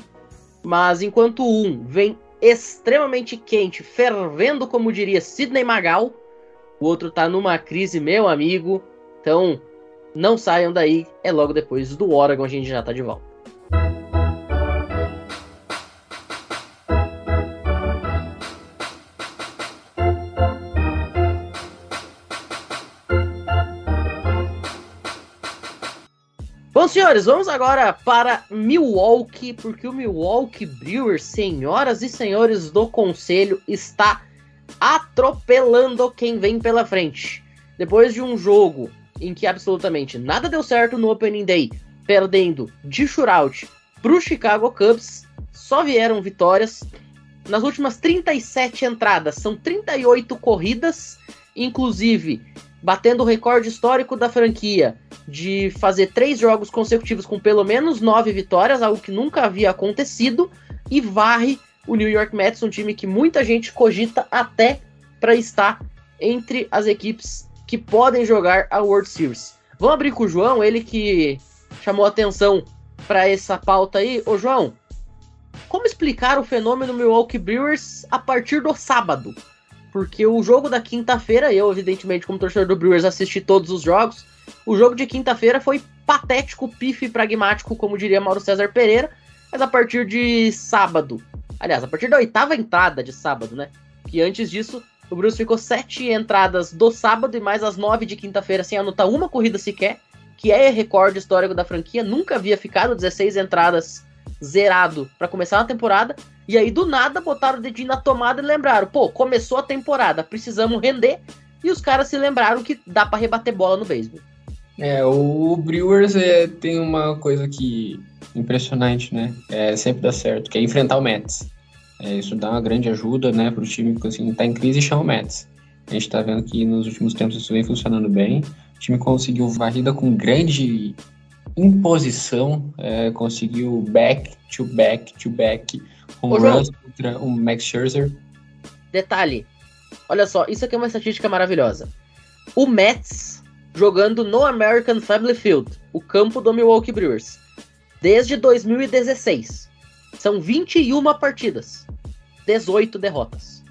mas enquanto um vem extremamente quente, fervendo, como diria Sidney Magal, o outro tá numa crise, meu amigo, então não saiam daí, é logo depois do Oregon, a gente já tá de volta. Bom, senhores, vamos agora para Milwaukee, porque o Milwaukee Brewers, senhoras e senhores do conselho, está atropelando quem vem pela frente. Depois de um jogo em que absolutamente nada deu certo no Opening Day, perdendo de shutout para o Chicago Cubs, só vieram vitórias. Nas últimas trinta e sete entradas, são trinta e oito corridas, inclusive batendo o recorde histórico da franquia de fazer três jogos consecutivos com pelo menos nove vitórias, algo que nunca havia acontecido, e varre o New York Mets, um time que muita gente cogita até para estar entre as equipes que podem jogar a World Series. Vamos abrir com o João, ele que chamou atenção para essa pauta aí. Ô João, como explicar o fenômeno Milwaukee Brewers a partir do sábado? Porque o jogo da quinta-feira, eu evidentemente como torcedor do Brewers assisti todos os jogos, o jogo de quinta-feira foi patético, pife e pragmático, como diria Mauro César Pereira, mas a partir de sábado, Aliás, a partir da oitava entrada de sábado, né? Que antes disso, o Brewers ficou sete entradas do sábado e mais as nove de quinta-feira sem anotar uma corrida sequer, que é recorde histórico da franquia. Nunca havia ficado dezesseis entradas zerado para começar uma temporada. E aí, do nada, botaram o dedinho na tomada e lembraram, pô, começou a temporada, precisamos render. E os caras se lembraram que dá para rebater bola no beisebol. É, o Brewers é, tem uma coisa que impressionante, né? É, sempre dá certo, que é enfrentar o Mets. É, isso dá uma grande ajuda, né, para o time que assim, tá em crise e chama o Mets. A gente tá vendo que nos últimos tempos isso vem funcionando bem. O time conseguiu varrida com grande imposição, é, conseguiu back to back to back home runs contra o Max Scherzer. Detalhe, olha só, isso aqui é uma estatística maravilhosa. O Mets jogando no American Family Field, o campo do Milwaukee Brewers, desde dois mil e dezesseis. São vinte e uma partidas, dezoito derrotas.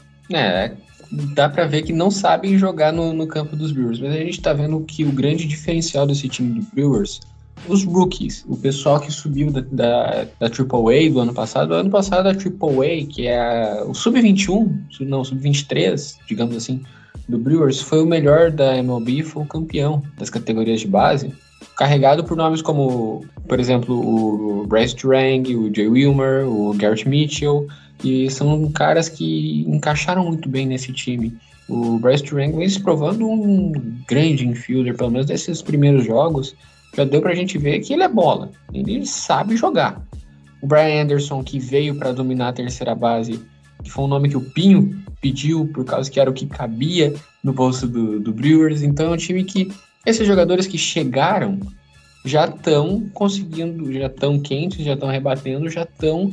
É, dá pra ver que não sabem jogar no, no campo dos Brewers, mas a gente tá vendo que o grande diferencial desse time do Brewers, os rookies, o pessoal que subiu da, da, da Triple A do ano passado, o ano passado a Triple A, que é a, o sub vinte e um, não, sub vinte e três, digamos assim, do Brewers, foi o melhor da M L B, foi o campeão das categorias de base, carregado por nomes como, por exemplo, o Bryce Turang, o Jay Wilmer, o Garrett Mitchell, e são caras que encaixaram muito bem nesse time. O Bryce Turang vem se provando um grande infielder, pelo menos nesses primeiros jogos, já deu pra gente ver que ele é bola, ele sabe jogar. O Brian Anderson, que veio para dominar a terceira base, que foi um nome que o Pinho pediu, por causa que era o que cabia no bolso do, do Brewers, então é um time que esses jogadores que chegaram já estão conseguindo, já estão quentes, já estão rebatendo, já estão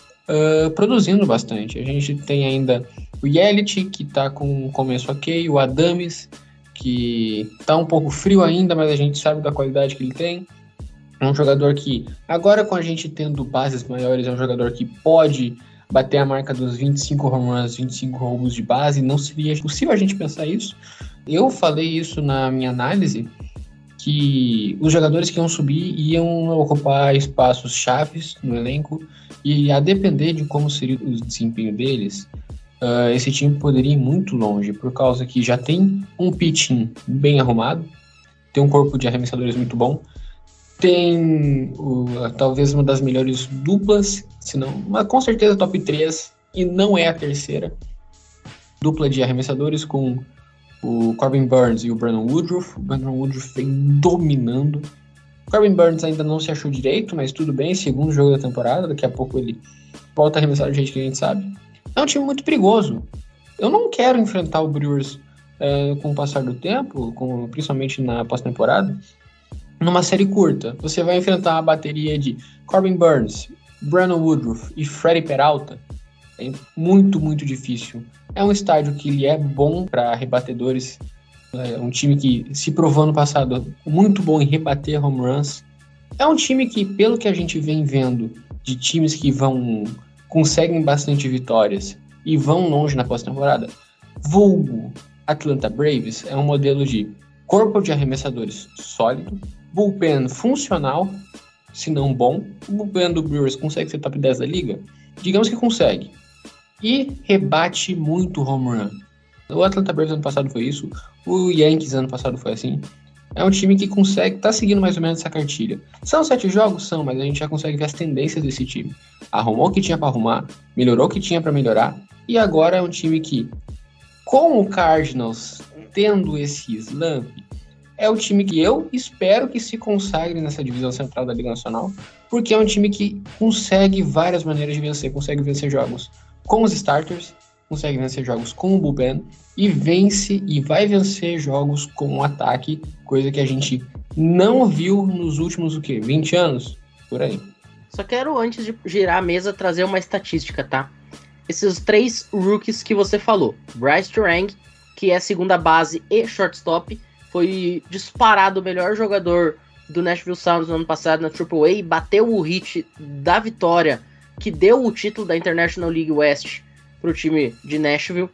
uh, produzindo bastante. A gente tem ainda o Yelich, que está com um começo ok, o Adames, que está um pouco frio ainda, mas a gente sabe da qualidade que ele tem. É um jogador que, agora com a gente tendo bases maiores, é um jogador que pode bater a marca dos vinte e cinco home runs, vinte e cinco roubos de base. Não seria possível a gente pensar isso. Eu falei isso na minha análise, que os jogadores que iam subir iam ocupar espaços chaves no elenco, e a depender de como seria o desempenho deles, uh, esse time poderia ir muito longe, por causa que já tem um pitching bem arrumado, tem um corpo de arremessadores muito bom, tem uh, talvez uma das melhores duplas, se não, mas com certeza top três, e não é a terceira, dupla de arremessadores com o Corbin Burnes e o Brandon Woodruff. O Brandon Woodruff vem dominando. O Corbin Burnes ainda não se achou direito, mas tudo bem, segundo jogo da temporada, daqui a pouco ele volta a arremessar do jeito que a gente sabe. É um time muito perigoso. Eu não quero enfrentar o Brewers é, com o passar do tempo, com, principalmente na pós-temporada, numa série curta. Você vai enfrentar a bateria de Corbin Burnes, Brandon Woodruff e Freddy Peralta. É muito, muito difícil. É um estádio que ele é bom para rebatedores. É um time que se provou no passado muito bom em rebater home runs. É um time que, pelo que a gente vem vendo de times que vão conseguem bastante vitórias e vão longe na pós-temporada, vulgo Atlanta Braves, é um modelo de corpo de arremessadores sólido, bullpen funcional, se não bom. O bullpen do Brewers consegue ser top dez da liga? Digamos que consegue. E rebate muito home run. O Atlanta Braves ano passado foi isso, o Yankees ano passado foi assim. É um time que consegue, tá seguindo mais ou menos essa cartilha. São sete jogos? São, mas a gente já consegue ver as tendências desse time. Arrumou o que tinha para arrumar, melhorou o que tinha para melhorar, e agora é um time que, com o Cardinals tendo esse slump, é o time que eu espero que se consagre nessa divisão central da Liga Nacional, porque é um time que consegue várias maneiras de vencer, consegue vencer jogos com os starters, consegue vencer jogos com o bullpen, e vence e vai vencer jogos com o ataque, coisa que a gente não viu nos últimos, o quê? vinte anos? Por aí. Só quero, antes de girar a mesa, trazer uma estatística, tá? Esses três rookies que você falou, Bryce Turang, que é segunda base e shortstop, foi disparado o melhor jogador do Nashville Sounds no ano passado na Triple A, bateu o hit da vitória que deu o título da International League West pro time de Nashville.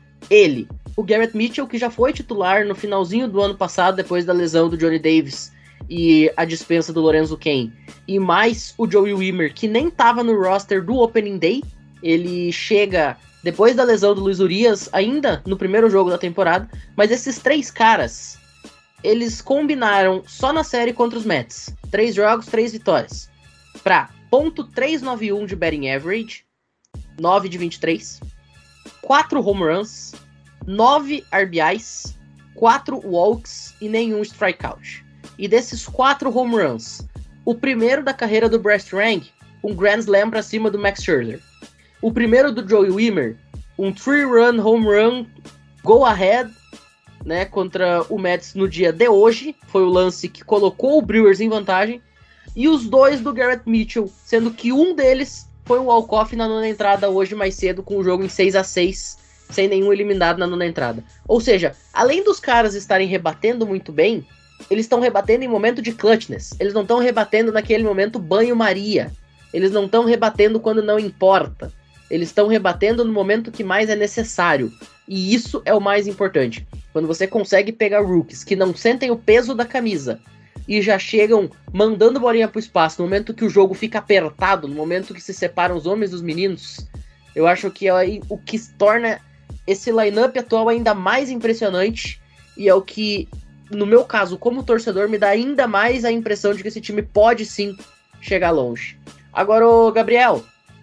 Ele, o Garrett Mitchell, que já foi titular no finalzinho do ano passado, depois da lesão do Johnny Davis e a dispensa do Lorenzo Cain, e mais o Joey Wiemer, que nem tava no roster do Opening Day, ele chega depois da lesão do Luiz Urias, ainda no primeiro jogo da temporada, mas esses três caras, eles combinaram só na série contra os Mets. Três jogos, três vitórias. Pra ponto trezentos e noventa e um de batting average, nove de vinte e três, quatro home runs, nove R B Is, quatro walks e nenhum strikeout. E desses quatro home runs, o primeiro da carreira do Bryce Harper, um Grand Slam pra cima do Max Scherzer. O primeiro do Joey Wiemer, um three-run home run go-ahead, né, contra o Mets no dia de hoje. Foi o lance que colocou o Brewers em vantagem. E os dois do Garrett Mitchell, sendo que um deles foi o walk-off na nona entrada hoje mais cedo, com o jogo em seis a seis, sem nenhum eliminado na nona entrada. Ou seja, além dos caras estarem rebatendo muito bem, eles estão rebatendo em momento de clutchness. Eles não estão rebatendo naquele momento banho-maria. Eles não estão rebatendo quando não importa. Eles estão rebatendo no momento que mais é necessário. E isso é o mais importante. Quando você consegue pegar rookies que não sentem o peso da camisa e já chegam mandando bolinha pro espaço no momento que o jogo fica apertado, no momento que se separam os homens dos meninos, eu acho que é o que torna esse lineup atual ainda mais impressionante e é o que, no meu caso, como torcedor, me dá ainda mais a impressão de que esse time pode sim chegar longe. Agora, ô Gabriel,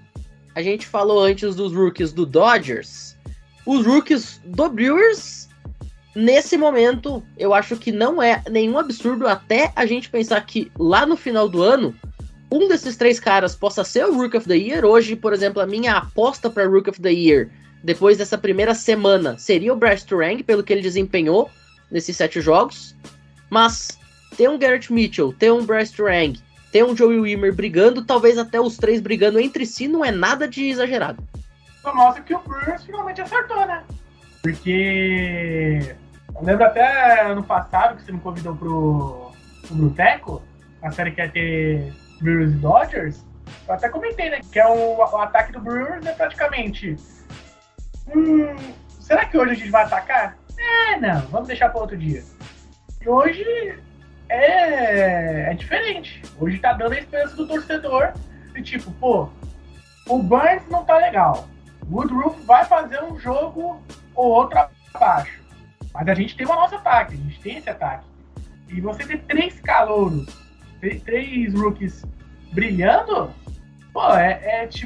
a gente falou antes dos rookies do Dodgers. Os rookies do Brewers, nesse momento, eu acho que não é nenhum absurdo até a gente pensar que lá no final do ano, um desses três caras possa ser o Rookie of the Year. Hoje, por exemplo, a minha aposta para Rookie of the Year, depois dessa primeira semana, seria o Bryce Harper, pelo que ele desempenhou nesses sete jogos. Mas ter um Garrett Mitchell, ter um Bryce Harper, ter um Joey Wiemer brigando, talvez até os três brigando entre si, não é nada de exagerado. Só mostra que o Brewers finalmente acertou, né? Porque eu lembro até ano passado que você me convidou pro, pro Bruteco, a série que ia ter Brewers e Dodgers. Eu até comentei, né? Que é um, o ataque do Brewers é praticamente... Hum, será que hoje a gente vai atacar? É, não, vamos deixar para outro dia. E hoje é, é diferente. Hoje tá dando a esperança do torcedor de tipo, pô, o Burns não tá legal. O Woodruff vai fazer um jogo ou outro abaixo. Mas a gente tem o nosso ataque, a gente tem esse ataque. E você ter três calouros, três, três rookies brilhando, pô, é, é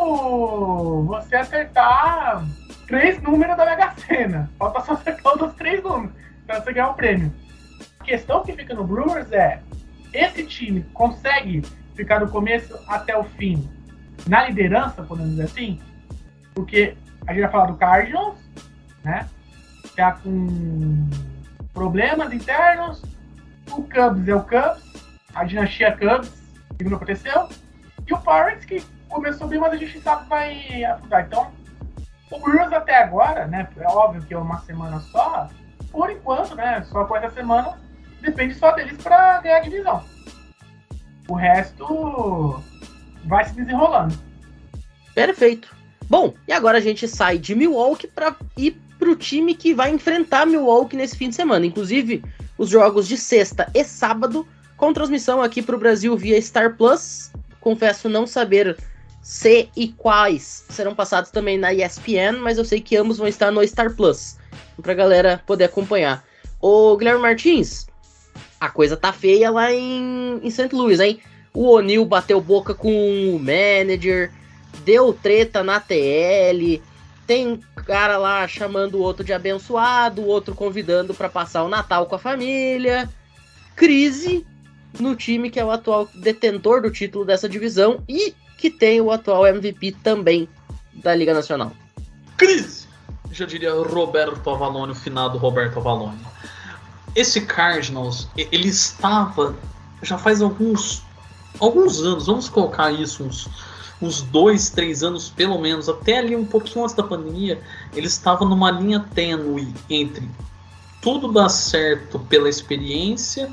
tipo você acertar três números da Mega Sena. Falta só acertar os três números pra você ganhar o prêmio. A questão que fica no Brewers é, esse time consegue ficar do começo até o fim na liderança, podemos dizer assim? Porque a gente vai falar do Cardinals, né? Tá com problemas internos. O Cubs é o Cubs, a dinastia Cubs, que não aconteceu. E o Pirates, que começou bem, mas a gente sabe que vai afundar. Então, o Brewers até agora, né? É óbvio que é uma semana só. Por enquanto, né? Só com essa semana, depende só deles para ganhar a divisão. O resto vai se desenrolando. Perfeito. Bom, e agora a gente sai de Milwaukee para ir pro time que vai enfrentar Milwaukee nesse fim de semana. Inclusive, os jogos de sexta e sábado, com transmissão aqui pro Brasil via Star Plus. Confesso não saber se e quais serão passados também na E S P N, mas eu sei que ambos vão estar no Star Plus, pra galera poder acompanhar. Ô, Guilherme Martins, a coisa tá feia lá em, em Saint Louis, hein? O O'Neill bateu boca com o manager, deu treta na T L, tem cara lá chamando o outro de abençoado, o outro convidando para passar o Natal com a família. Crise no time que é o atual detentor do título dessa divisão e que tem o atual M V P também da Liga Nacional. Crise! Já diria Roberto Avalone, o finado Roberto Avalone. Esse Cardinals, ele estava já faz alguns, alguns anos, vamos colocar isso, uns... uns dois, três anos pelo menos, até ali um pouquinho antes da pandemia, ele estava numa linha tênue entre tudo dá certo pela experiência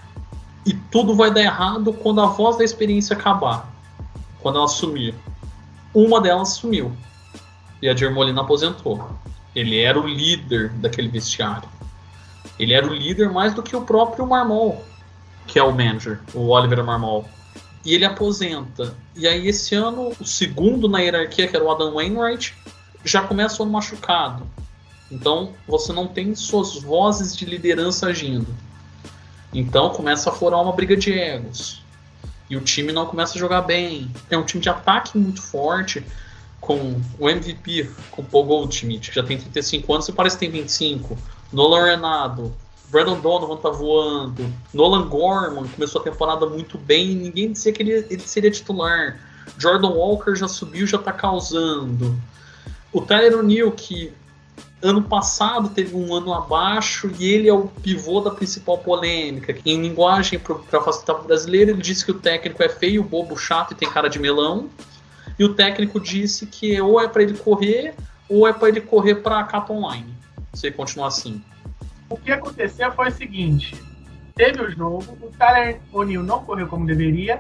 e tudo vai dar errado quando a voz da experiência acabar, quando ela sumir. Uma delas sumiu e a Germolina aposentou. Ele era o líder daquele vestiário. Ele era o líder mais do que o próprio Marmol, que é o manager, o Oliver Marmol. e ele aposenta. E aí esse ano, o segundo na hierarquia, que era o Adam Wainwright, já começa o ano machucado. Então você não tem suas vozes de liderança agindo. Então começa a florar uma briga de egos. E o time não começa a jogar bem. É um time de ataque muito forte, com o M V P, com o Paul Goldschmidt, que já tem trinta e cinco anos e parece que tem vinte e cinco. Nolan Arenado, Brandon Donovan tá voando. Nolan Gorman começou a temporada muito bem e ninguém dizia que ele, ele seria titular. Jordan Walker já subiu, já tá causando. O Tyler O'Neill, que ano passado teve um ano abaixo e ele é o pivô da principal polêmica. Em linguagem para facilitar para o brasileiro, ele disse que o técnico é feio, bobo, chato e tem cara de melão. E o técnico disse que ou é para ele correr ou é para ele correr para a capa online. Se ele continuar assim. O que aconteceu foi o seguinte: teve o jogo, o Tyler O'Neill não correu como deveria,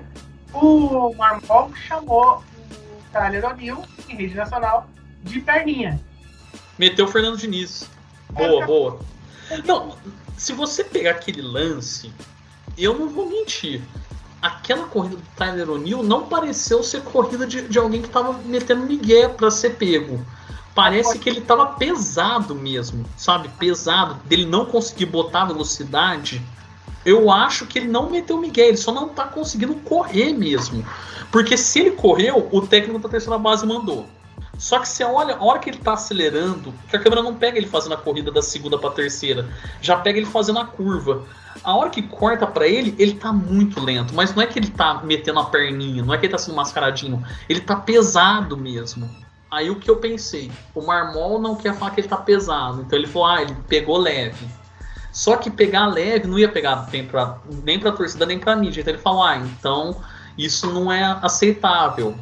o Marmol chamou o Tyler O'Neill, em rede nacional, de perninha. Meteu o Fernando Diniz. Boa, boa. Não, se você pegar aquele lance, eu não vou mentir. Aquela corrida do Tyler O'Neill não pareceu ser corrida de, de alguém que tava metendo migué pra ser pego. Parece que ele tava pesado mesmo, sabe? Pesado. Dele não conseguir botar velocidade. Eu acho que ele não meteu migué, ele só não tá conseguindo correr mesmo. Porque se ele correu, o técnico da terceira base mandou. Só que você olha, a hora que ele tá acelerando, que a câmera não pega ele fazendo a corrida da segunda pra terceira, já pega ele fazendo a curva. A hora que corta pra ele, ele tá muito lento, mas não é que ele tá metendo a perninha, não é que ele tá sendo mascaradinho, ele tá pesado mesmo. Aí o que eu pensei, o Marmol não quer falar que ele tá pesado, então ele falou, ah, ele pegou leve. Só que pegar leve não ia pegar nem pra, nem pra torcida, nem pra mídia, então ele falou, ah, então isso não é aceitável.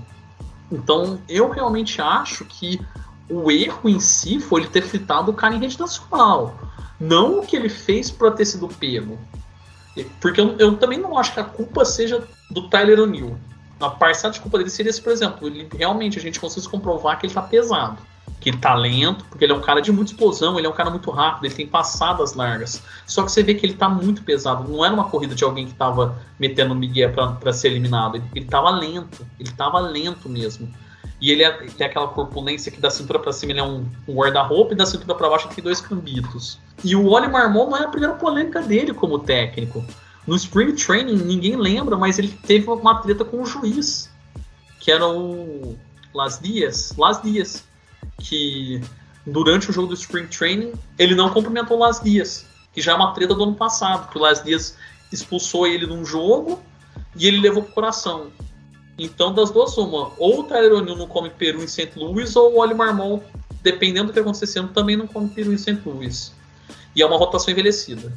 Então, eu realmente acho que o erro em si foi ele ter fritado o cara em rede nacional. Não o que ele fez para ter sido pego. Porque eu, eu também não acho que a culpa seja do Tyler O'Neill. A parcela de culpa dele seria se, por exemplo, ele, realmente a gente conseguisse comprovar que ele tá pesado. Que ele tá lento, porque ele é um cara de muita explosão, ele é um cara muito rápido, ele tem passadas largas. Só que você vê que ele tá muito pesado. Não era uma corrida de alguém que tava metendo migué pra, pra ser eliminado. Ele, ele tava lento, ele tava lento mesmo. E ele, é, ele tem aquela corpulência que da cintura pra cima ele é um, um guarda-roupa e da cintura pra baixo ele tem dois cambitos. E o Oli Marmol não é a primeira polêmica dele como técnico. No Spring Training, ninguém lembra, mas ele teve uma treta com o juiz, que era o Las Dias. Las Dias. Que durante o jogo do Spring Training ele não cumprimentou o Las Dias, que já é uma treta do ano passado, que o Las Dias expulsou ele num jogo e ele levou pro coração. Então, das duas, uma, ou o Tyler O'Neill não come peru em Saint Louis, ou o Oli Marmol, dependendo do que acontecendo, também não come peru em Saint Louis. E é uma rotação envelhecida.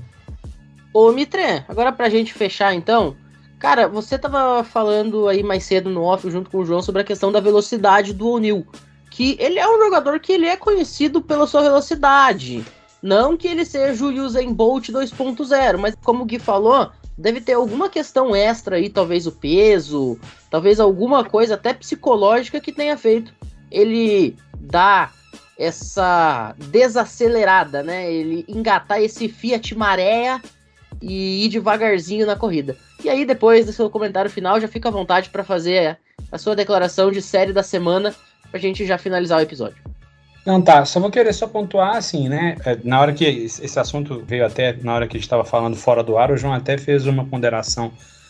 Ô Mitre, agora pra gente fechar então, cara, você tava falando aí mais cedo no off junto com o João sobre a questão da velocidade do O'Neill, que ele é um jogador que ele é conhecido pela sua velocidade. Não que ele seja o Usain Bolt dois ponto zero, mas como o Gui falou, deve ter alguma questão extra aí, talvez o peso, talvez alguma coisa até psicológica que tenha feito ele dar essa desacelerada, né? Ele engatar esse Fiat Maré e ir devagarzinho na corrida. E aí depois do seu comentário final, já fica à vontade para fazer a sua declaração de série da semana, pra gente já finalizar o episódio. Não, tá, só vou querer só pontuar assim, né, na hora que esse assunto veio até, na hora que a gente estava falando fora do ar, o João até fez uma ponderação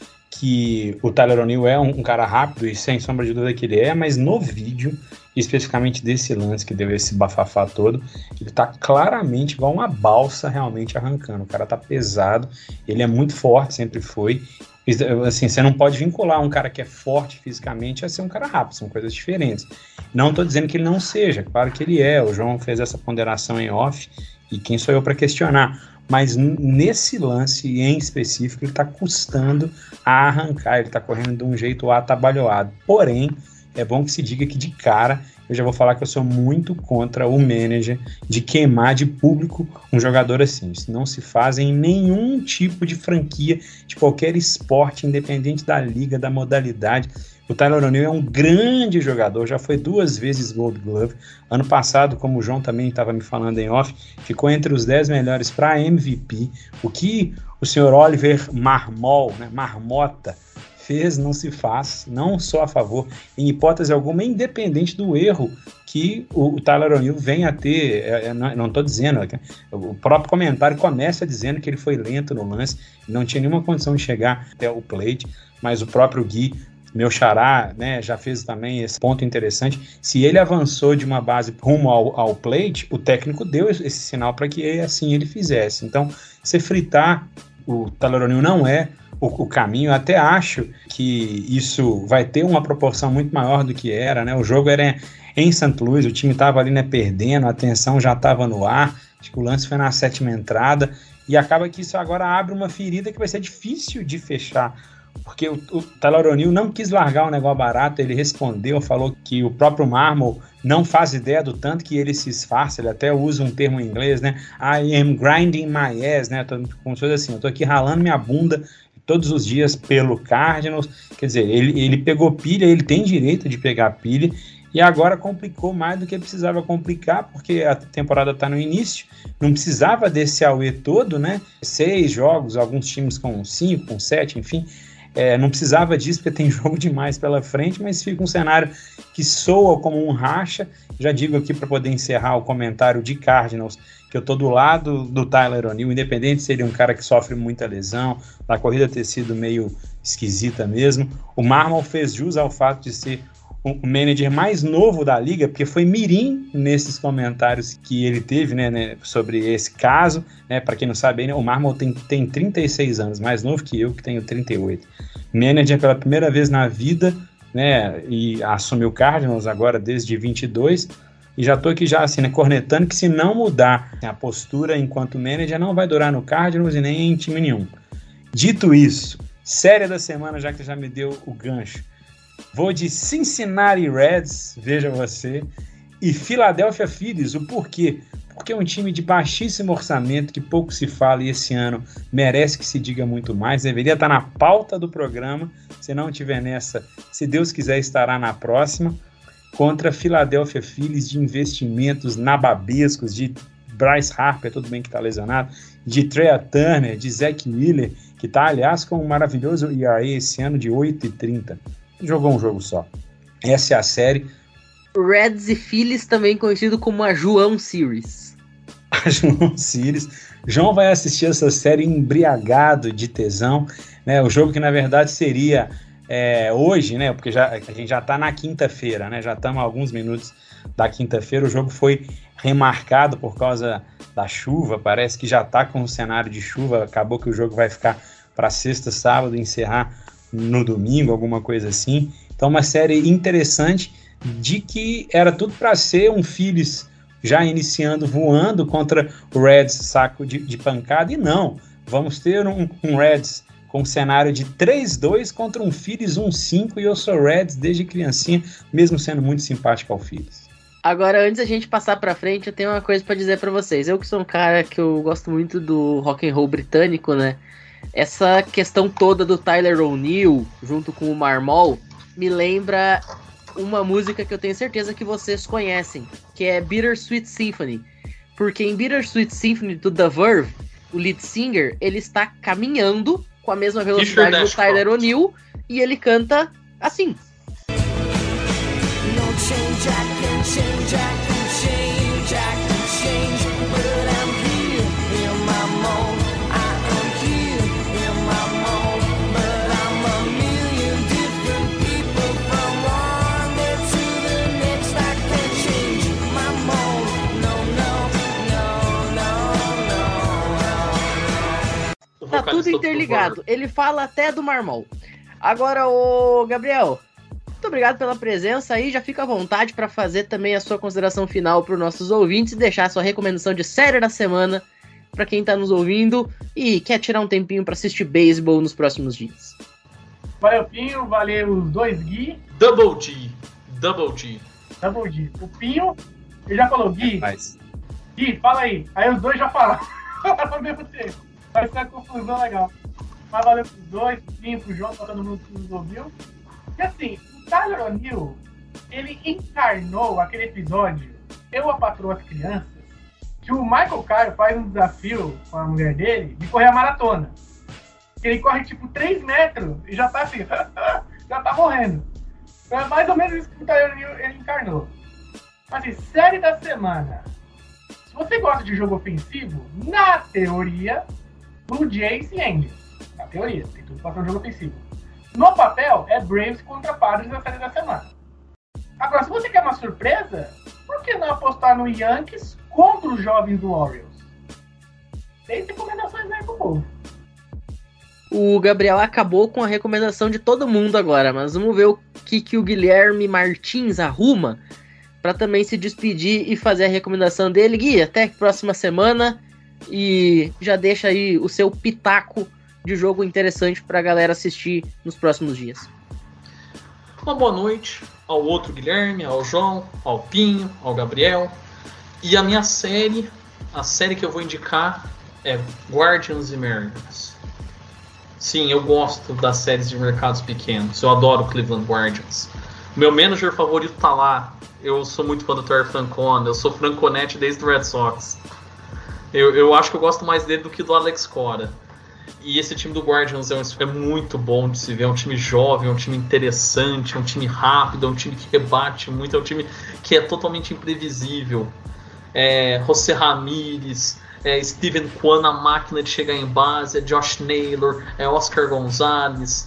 que o Tyler O'Neill é um, um cara rápido e sem sombra de dúvida que ele é, mas no vídeo, especificamente desse lance que deu esse bafafá todo, ele tá claramente igual uma balsa realmente arrancando, o cara tá pesado, ele é muito forte, sempre foi. Assim, você não pode vincular um cara que é forte fisicamente a ser um cara rápido, são coisas diferentes. Não estou dizendo que ele não seja, claro que ele é, o João fez essa ponderação em off, e quem sou eu para questionar, mas nesse lance em específico ele está custando a arrancar, ele está correndo de um jeito atabalhoado, porém, é bom que se diga que de cara, eu já vou falar que eu sou muito contra o manager de queimar de público um jogador assim. Isso não se faz em nenhum tipo de franquia de qualquer esporte, independente da liga, da modalidade. O Tyler O'Neill é um grande jogador, já foi duas vezes Gold Glove. Ano passado, como o João também estava me falando em off, ficou entre os dez melhores para M V P. O que o senhor Oliver Marmol, né, Marmota, fez, não se faz, não sou a favor, em hipótese alguma, independente do erro que o, o Tyler O'Neill venha a ter. É, é, não estou dizendo, o próprio comentário começa dizendo que ele foi lento no lance, não tinha nenhuma condição de chegar até o plate, mas o próprio Gui, meu xará, né, já fez também esse ponto interessante. Se ele avançou de uma base rumo ao, ao plate, o técnico deu esse sinal para que assim ele fizesse. Então, você fritar o Tyler O'Neill não é o, o caminho. Eu até acho que isso vai ter uma proporção muito maior do que era, né? O jogo era em Saint Louis, o time estava ali, né, perdendo, a tensão já estava no ar, acho que o lance foi na sétima entrada, e acaba que isso agora abre uma ferida que vai ser difícil de fechar, porque o, o Tyler O'Neill não quis largar o negócio barato, ele respondeu, falou que o próprio Marmol não faz ideia do tanto que ele se esfarça, ele até usa um termo em inglês, né, I am grinding my ass, né, tô, como se fosse assim, eu tô aqui ralando minha bunda todos os dias pelo Cardinals, quer dizer, ele, ele pegou pilha, ele tem direito de pegar pilha, e agora complicou mais do que precisava complicar, porque a temporada está no início, não precisava desse auê todo, né? Seis jogos, alguns times com cinco, com sete, enfim, é, não precisava disso, porque tem jogo demais pela frente, mas fica um cenário que soa como um racha. Já digo aqui para poder encerrar o comentário de Cardinals, que eu tô do lado do Tyler O'Neill, independente se ele é um cara que sofre muita lesão, da corrida ter sido meio esquisita mesmo. O Marmol fez jus ao fato de ser o manager mais novo da liga, porque foi mirim nesses comentários que ele teve, né, né, sobre esse caso, né, para quem não sabe, né, o Marmol tem, tem trinta e seis anos, mais novo que eu, que tenho trinta e oito. Manager pela primeira vez na vida, né, e assumiu o Cardinals agora desde vinte e dois, e já tô aqui já assim, né, cornetando que se não mudar a postura enquanto manager, não vai durar no Cardinals e nem em time nenhum. Dito isso, série da semana, já que já me deu o gancho, vou de Cincinnati Reds, veja você, e Philadelphia Phillies. O porquê? Porque é um time de baixíssimo orçamento, que pouco se fala, e esse ano merece que se diga muito mais, deveria estar na pauta do programa, se não tiver nessa, se Deus quiser estará na próxima, contra Philadelphia Phillies de investimentos nababescos, de Bryce Harper, tudo bem que está lesionado, de Trea Turner, de Zach Wheeler, que está, aliás, com um maravilhoso E R A esse ano de oito e trinta. Jogou um jogo só. Essa é a série. Reds e Phillies, também conhecido como a João Series. A João Series. João vai assistir essa série embriagado de tesão, né? O jogo que na verdade seria é, hoje, né? Porque já, a gente já está na quinta-feira, né? Já estamos a alguns minutos da quinta-feira. O jogo foi remarcado por causa da chuva. Parece que já está com um cenário de chuva. Acabou que o jogo vai ficar para sexta, sábado, encerrar no domingo, alguma coisa assim. Então uma série interessante, de que era tudo para ser um Phillies já iniciando voando contra o Reds, saco de, de pancada, e não, vamos ter um, um Reds com um cenário de três dois contra um Phillies um cinco, e eu sou Reds desde criancinha, mesmo sendo muito simpático ao Phillies. Agora, antes da gente passar pra frente, eu tenho uma coisa para dizer para vocês. Eu que sou um cara que eu gosto muito do rock and roll britânico, né? Essa questão toda do Tyler O'Neill junto com o Marmol me lembra uma música que eu tenho certeza que vocês conhecem, que é Bittersweet Symphony. Porque em Bittersweet Symphony do The Verve, o lead singer, ele está caminhando com a mesma velocidade do Tyler O'Neill e ele canta assim. No change, I can change, I can change, I can change, but I'm here in my mold. Tá tudo interligado. Ele fala até do Marmol. Agora, ô Gabriel, muito obrigado pela presença aí. Já fica à vontade para fazer também a sua consideração final para os nossos ouvintes e deixar a sua recomendação de série da semana para quem tá nos ouvindo e quer tirar um tempinho para assistir beisebol nos próximos dias. Valeu, Pinho. Valeu os dois Gui. Double G. Double G. Double G. O Pinho, ele já falou, Gui. É, Gui, fala aí. Aí os dois já falaram ao mesmo tempo. Vai ser uma confusão legal. Mas valeu pros dois, pro Pinho, pro João, pra todo mundo que nos ouviu. E assim, o Tyler O'Neill, ele encarnou aquele episódio, Eu, a Patroa, as Crianças, que o Michael Caio faz um desafio com a mulher dele de correr a maratona. Ele corre tipo três metros e já tá assim, já tá morrendo. Então é mais ou menos isso que o Tyronn Lue ele encarnou. Mas assim, série da semana. Se você gosta de jogo ofensivo, na teoria, Blue Jays e Angels. Na teoria, tem tudo pra ser um jogo ofensivo. No papel, é Braves contra Padres na série da semana. Agora, se você quer uma surpresa, por que não apostar no Yankees contra os jovens do Orioles? Tem recomendações aí pro povo. O Gabriel acabou com a recomendação de todo mundo agora, mas vamos ver o que, que o Guilherme Martins arruma para também se despedir e fazer a recomendação dele. Gui, até a próxima semana e já deixa aí o seu pitaco de jogo interessante para a galera assistir nos próximos dias. Uma boa noite ao outro Guilherme, ao João, ao Pinho, ao Gabriel. E a minha série, a série que eu vou indicar é Guardians e Mariners. Sim, eu gosto das séries de mercados pequenos. Eu adoro Cleveland Guardians. Meu manager favorito tá lá. Eu sou muito fã do Terry Francona. Eu sou Franconete desde o Red Sox. Eu, eu acho que eu gosto mais dele do que do Alex Cora. E esse time do Guardians é, um, é muito bom de se ver. É um time jovem, é um time interessante, é um time rápido, é um time que rebate muito, é um time que é totalmente imprevisível. É, José Ramírez, é Steven Kwan, a máquina de chegar em base, é Josh Naylor, é Oscar Gonzalez,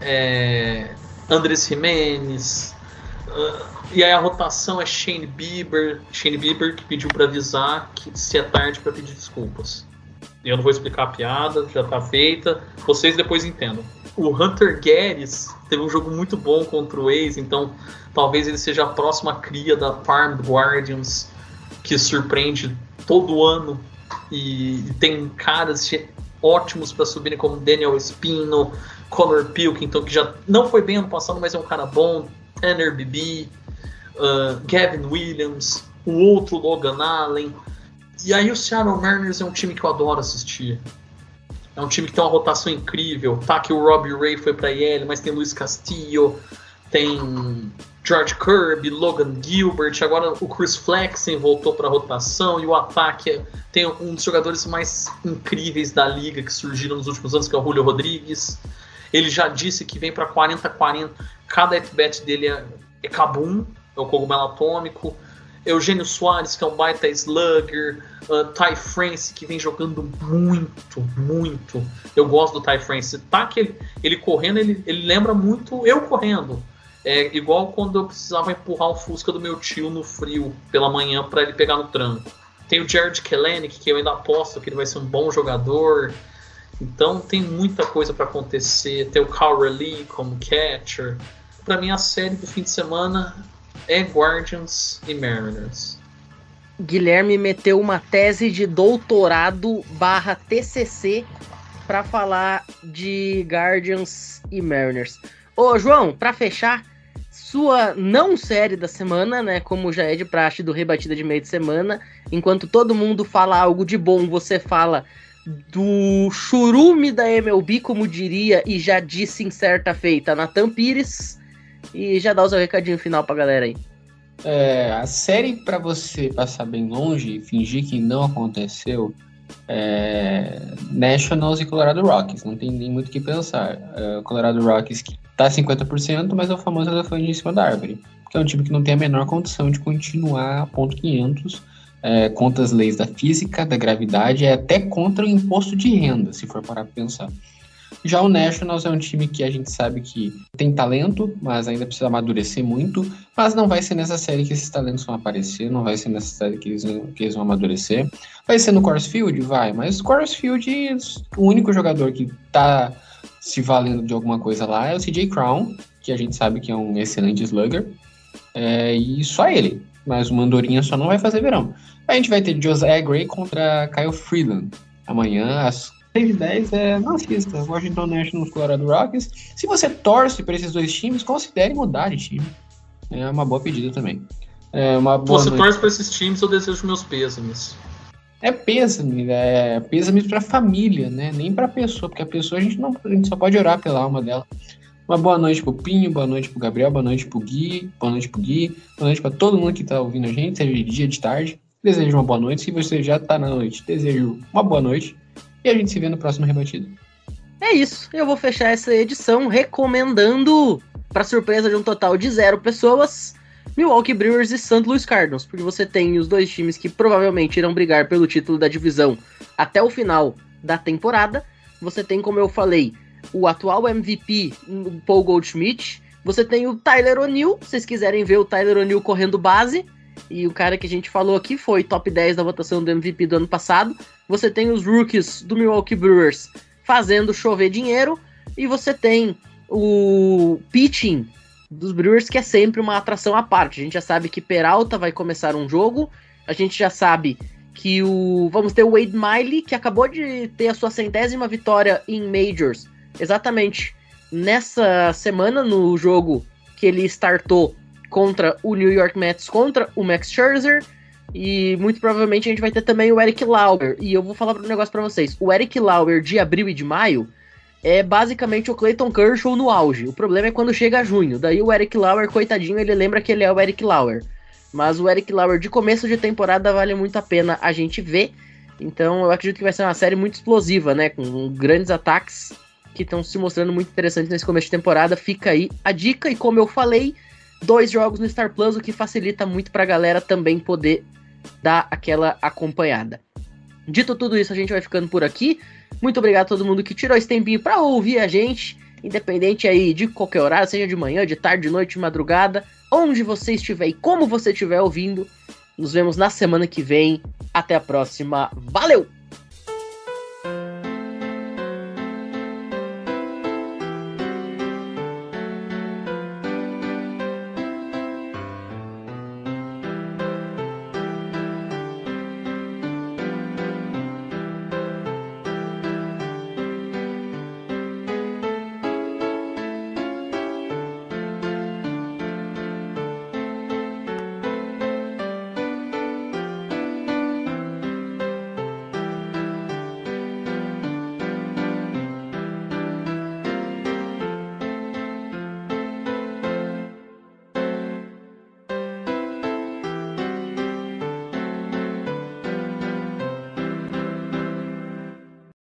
é Andrés Jimenez, uh, e aí a rotação é Shane Bieber, Shane Bieber que pediu para avisar que se é tarde para pedir desculpas. Eu não vou explicar a piada, já tá feita, vocês depois entendam. O Hunter Guedes teve um jogo muito bom contra o A's, então talvez ele seja a próxima cria da Farm Guardians, que surpreende todo ano. E tem caras ótimos para subirem como Daniel Espino, Connor Pilkington, que já não foi bem ano passado, mas é um cara bom, Tanner Bibee, uh, Gavin Williams, o outro Logan Allen. E aí o Seattle Mariners é um time que eu adoro assistir. É um time que tem uma rotação incrível. Tá que o Robbie Ray foi para Yale, mas tem Luis Castillo, tem George Kirby, Logan Gilbert, agora o Chris Flexen voltou para a rotação e o ataque tem um dos jogadores mais incríveis da liga que surgiram nos últimos anos, que é o Julio Rodrigues. Ele já disse que vem para quarenta a quarenta, cada at-bat dele é, é kabum, é o cogumelo atômico. Eugênio Soares, que é um baita slugger, uh, Ty France, que vem jogando muito, muito. Eu gosto do Ty France. Tá que ele, ele correndo, ele, ele lembra muito eu correndo. É igual quando eu precisava empurrar o Fusca do meu tio no frio pela manhã para ele pegar no tranco. Tem o Jared Kelenic, que eu ainda aposto que ele vai ser um bom jogador. Então tem muita coisa para acontecer. Tem o Cowher Lee como catcher. Para mim a série do fim de semana é Guardians e Mariners. Guilherme meteu uma tese de doutorado barra T C C para falar de Guardians e Mariners. Ô João, para fechar, sua não série da semana, né, como já é de praxe do Rebatida de meio de semana, enquanto todo mundo fala algo de bom, você fala do churume da M L B, como diria e já disse em certa feita Nathan Pires, e já dá o seu recadinho final pra galera aí. É, a série pra você passar bem longe e fingir que não aconteceu é Nationals e Colorado Rockies, não tem nem muito o que pensar. É, Colorado Rockies que tá cinquenta por cento, mas é o famoso elefante em cima da árvore, porque é um time que não tem a menor condição de continuar a ponto quinhentos, é, contra as leis da física, da gravidade, é até contra o imposto de renda, se for parar pra pensar. Já o Nationals é um time que a gente sabe que tem talento, mas ainda precisa amadurecer muito, mas não vai ser nessa série que esses talentos vão aparecer, não vai ser nessa série que eles, que eles vão amadurecer. Vai ser no Coors Field? Vai, mas o Coors Field, o único jogador que tá se valendo de alguma coisa lá é o C J Cron, que a gente sabe que é um excelente slugger, é, e só ele, mas o Mandorinha só não vai fazer verão. A gente vai ter Josiah Gray contra Kyle Freeland amanhã, às seis e dez, é, não assista, Washington Nationals, Colorado Rockies. Se você torce para esses dois times, considere mudar de time. É uma boa pedida também. É uma boa você noite. torce para esses times, eu desejo meus pêsames. É pêsame, é pêsame para a família, né? Nem para a pessoa, porque a pessoa a gente, não, a gente só pode orar pela alma dela. Uma boa noite pro Pinho, boa noite pro Gabriel, boa noite pro Gui, boa noite pro Gui, boa noite para todo mundo que tá ouvindo a gente, seja de dia, de tarde. Desejo uma boa noite. Se você já tá na noite, desejo uma boa noite. E a gente se vê no próximo Rebatido. É isso, eu vou fechar essa edição recomendando, para surpresa de um total de zero pessoas, Milwaukee Brewers e Saint Louis Cardinals, porque você tem os dois times que provavelmente irão brigar pelo título da divisão até o final da temporada. Você tem, como eu falei, o atual M V P, o Paul Goldschmidt. Você tem o Tyler O'Neill, se vocês quiserem ver o Tyler O'Neill correndo base, e o cara que a gente falou aqui foi top dez da votação do M V P do ano passado. Você tem os rookies do Milwaukee Brewers fazendo chover dinheiro, e você tem o pitching dos Brewers, que é sempre uma atração à parte. A gente já sabe que Peralta vai começar um jogo, a gente já sabe que o vamos ter o Wade Miley, que acabou de ter a sua centésima vitória em Majors, exatamente nessa semana, no jogo que ele startou contra o New York Mets, contra o Max Scherzer. E muito provavelmente a gente vai ter também o Eric Lauer. E eu vou falar um negócio pra vocês. O Eric Lauer de abril e de maio é basicamente o Clayton Kershaw no auge. O problema é quando chega junho. Daí o Eric Lauer, coitadinho, ele lembra que ele é o Eric Lauer. Mas o Eric Lauer de começo de temporada vale muito a pena a gente ver. Então eu acredito que vai ser uma série muito explosiva, né? Com grandes ataques que estão se mostrando muito interessantes nesse começo de temporada. Fica aí a dica. E como eu falei, dois jogos no Star Plus, o que facilita muito pra galera também poder dar aquela acompanhada. Dito tudo isso, a gente vai ficando por aqui. Muito obrigado a todo mundo que tirou esse tempinho pra ouvir a gente, independente aí de qualquer horário, seja de manhã, de tarde, de noite, de madrugada, onde você estiver e como você estiver ouvindo. Nos vemos na semana que vem. Até a próxima. Valeu!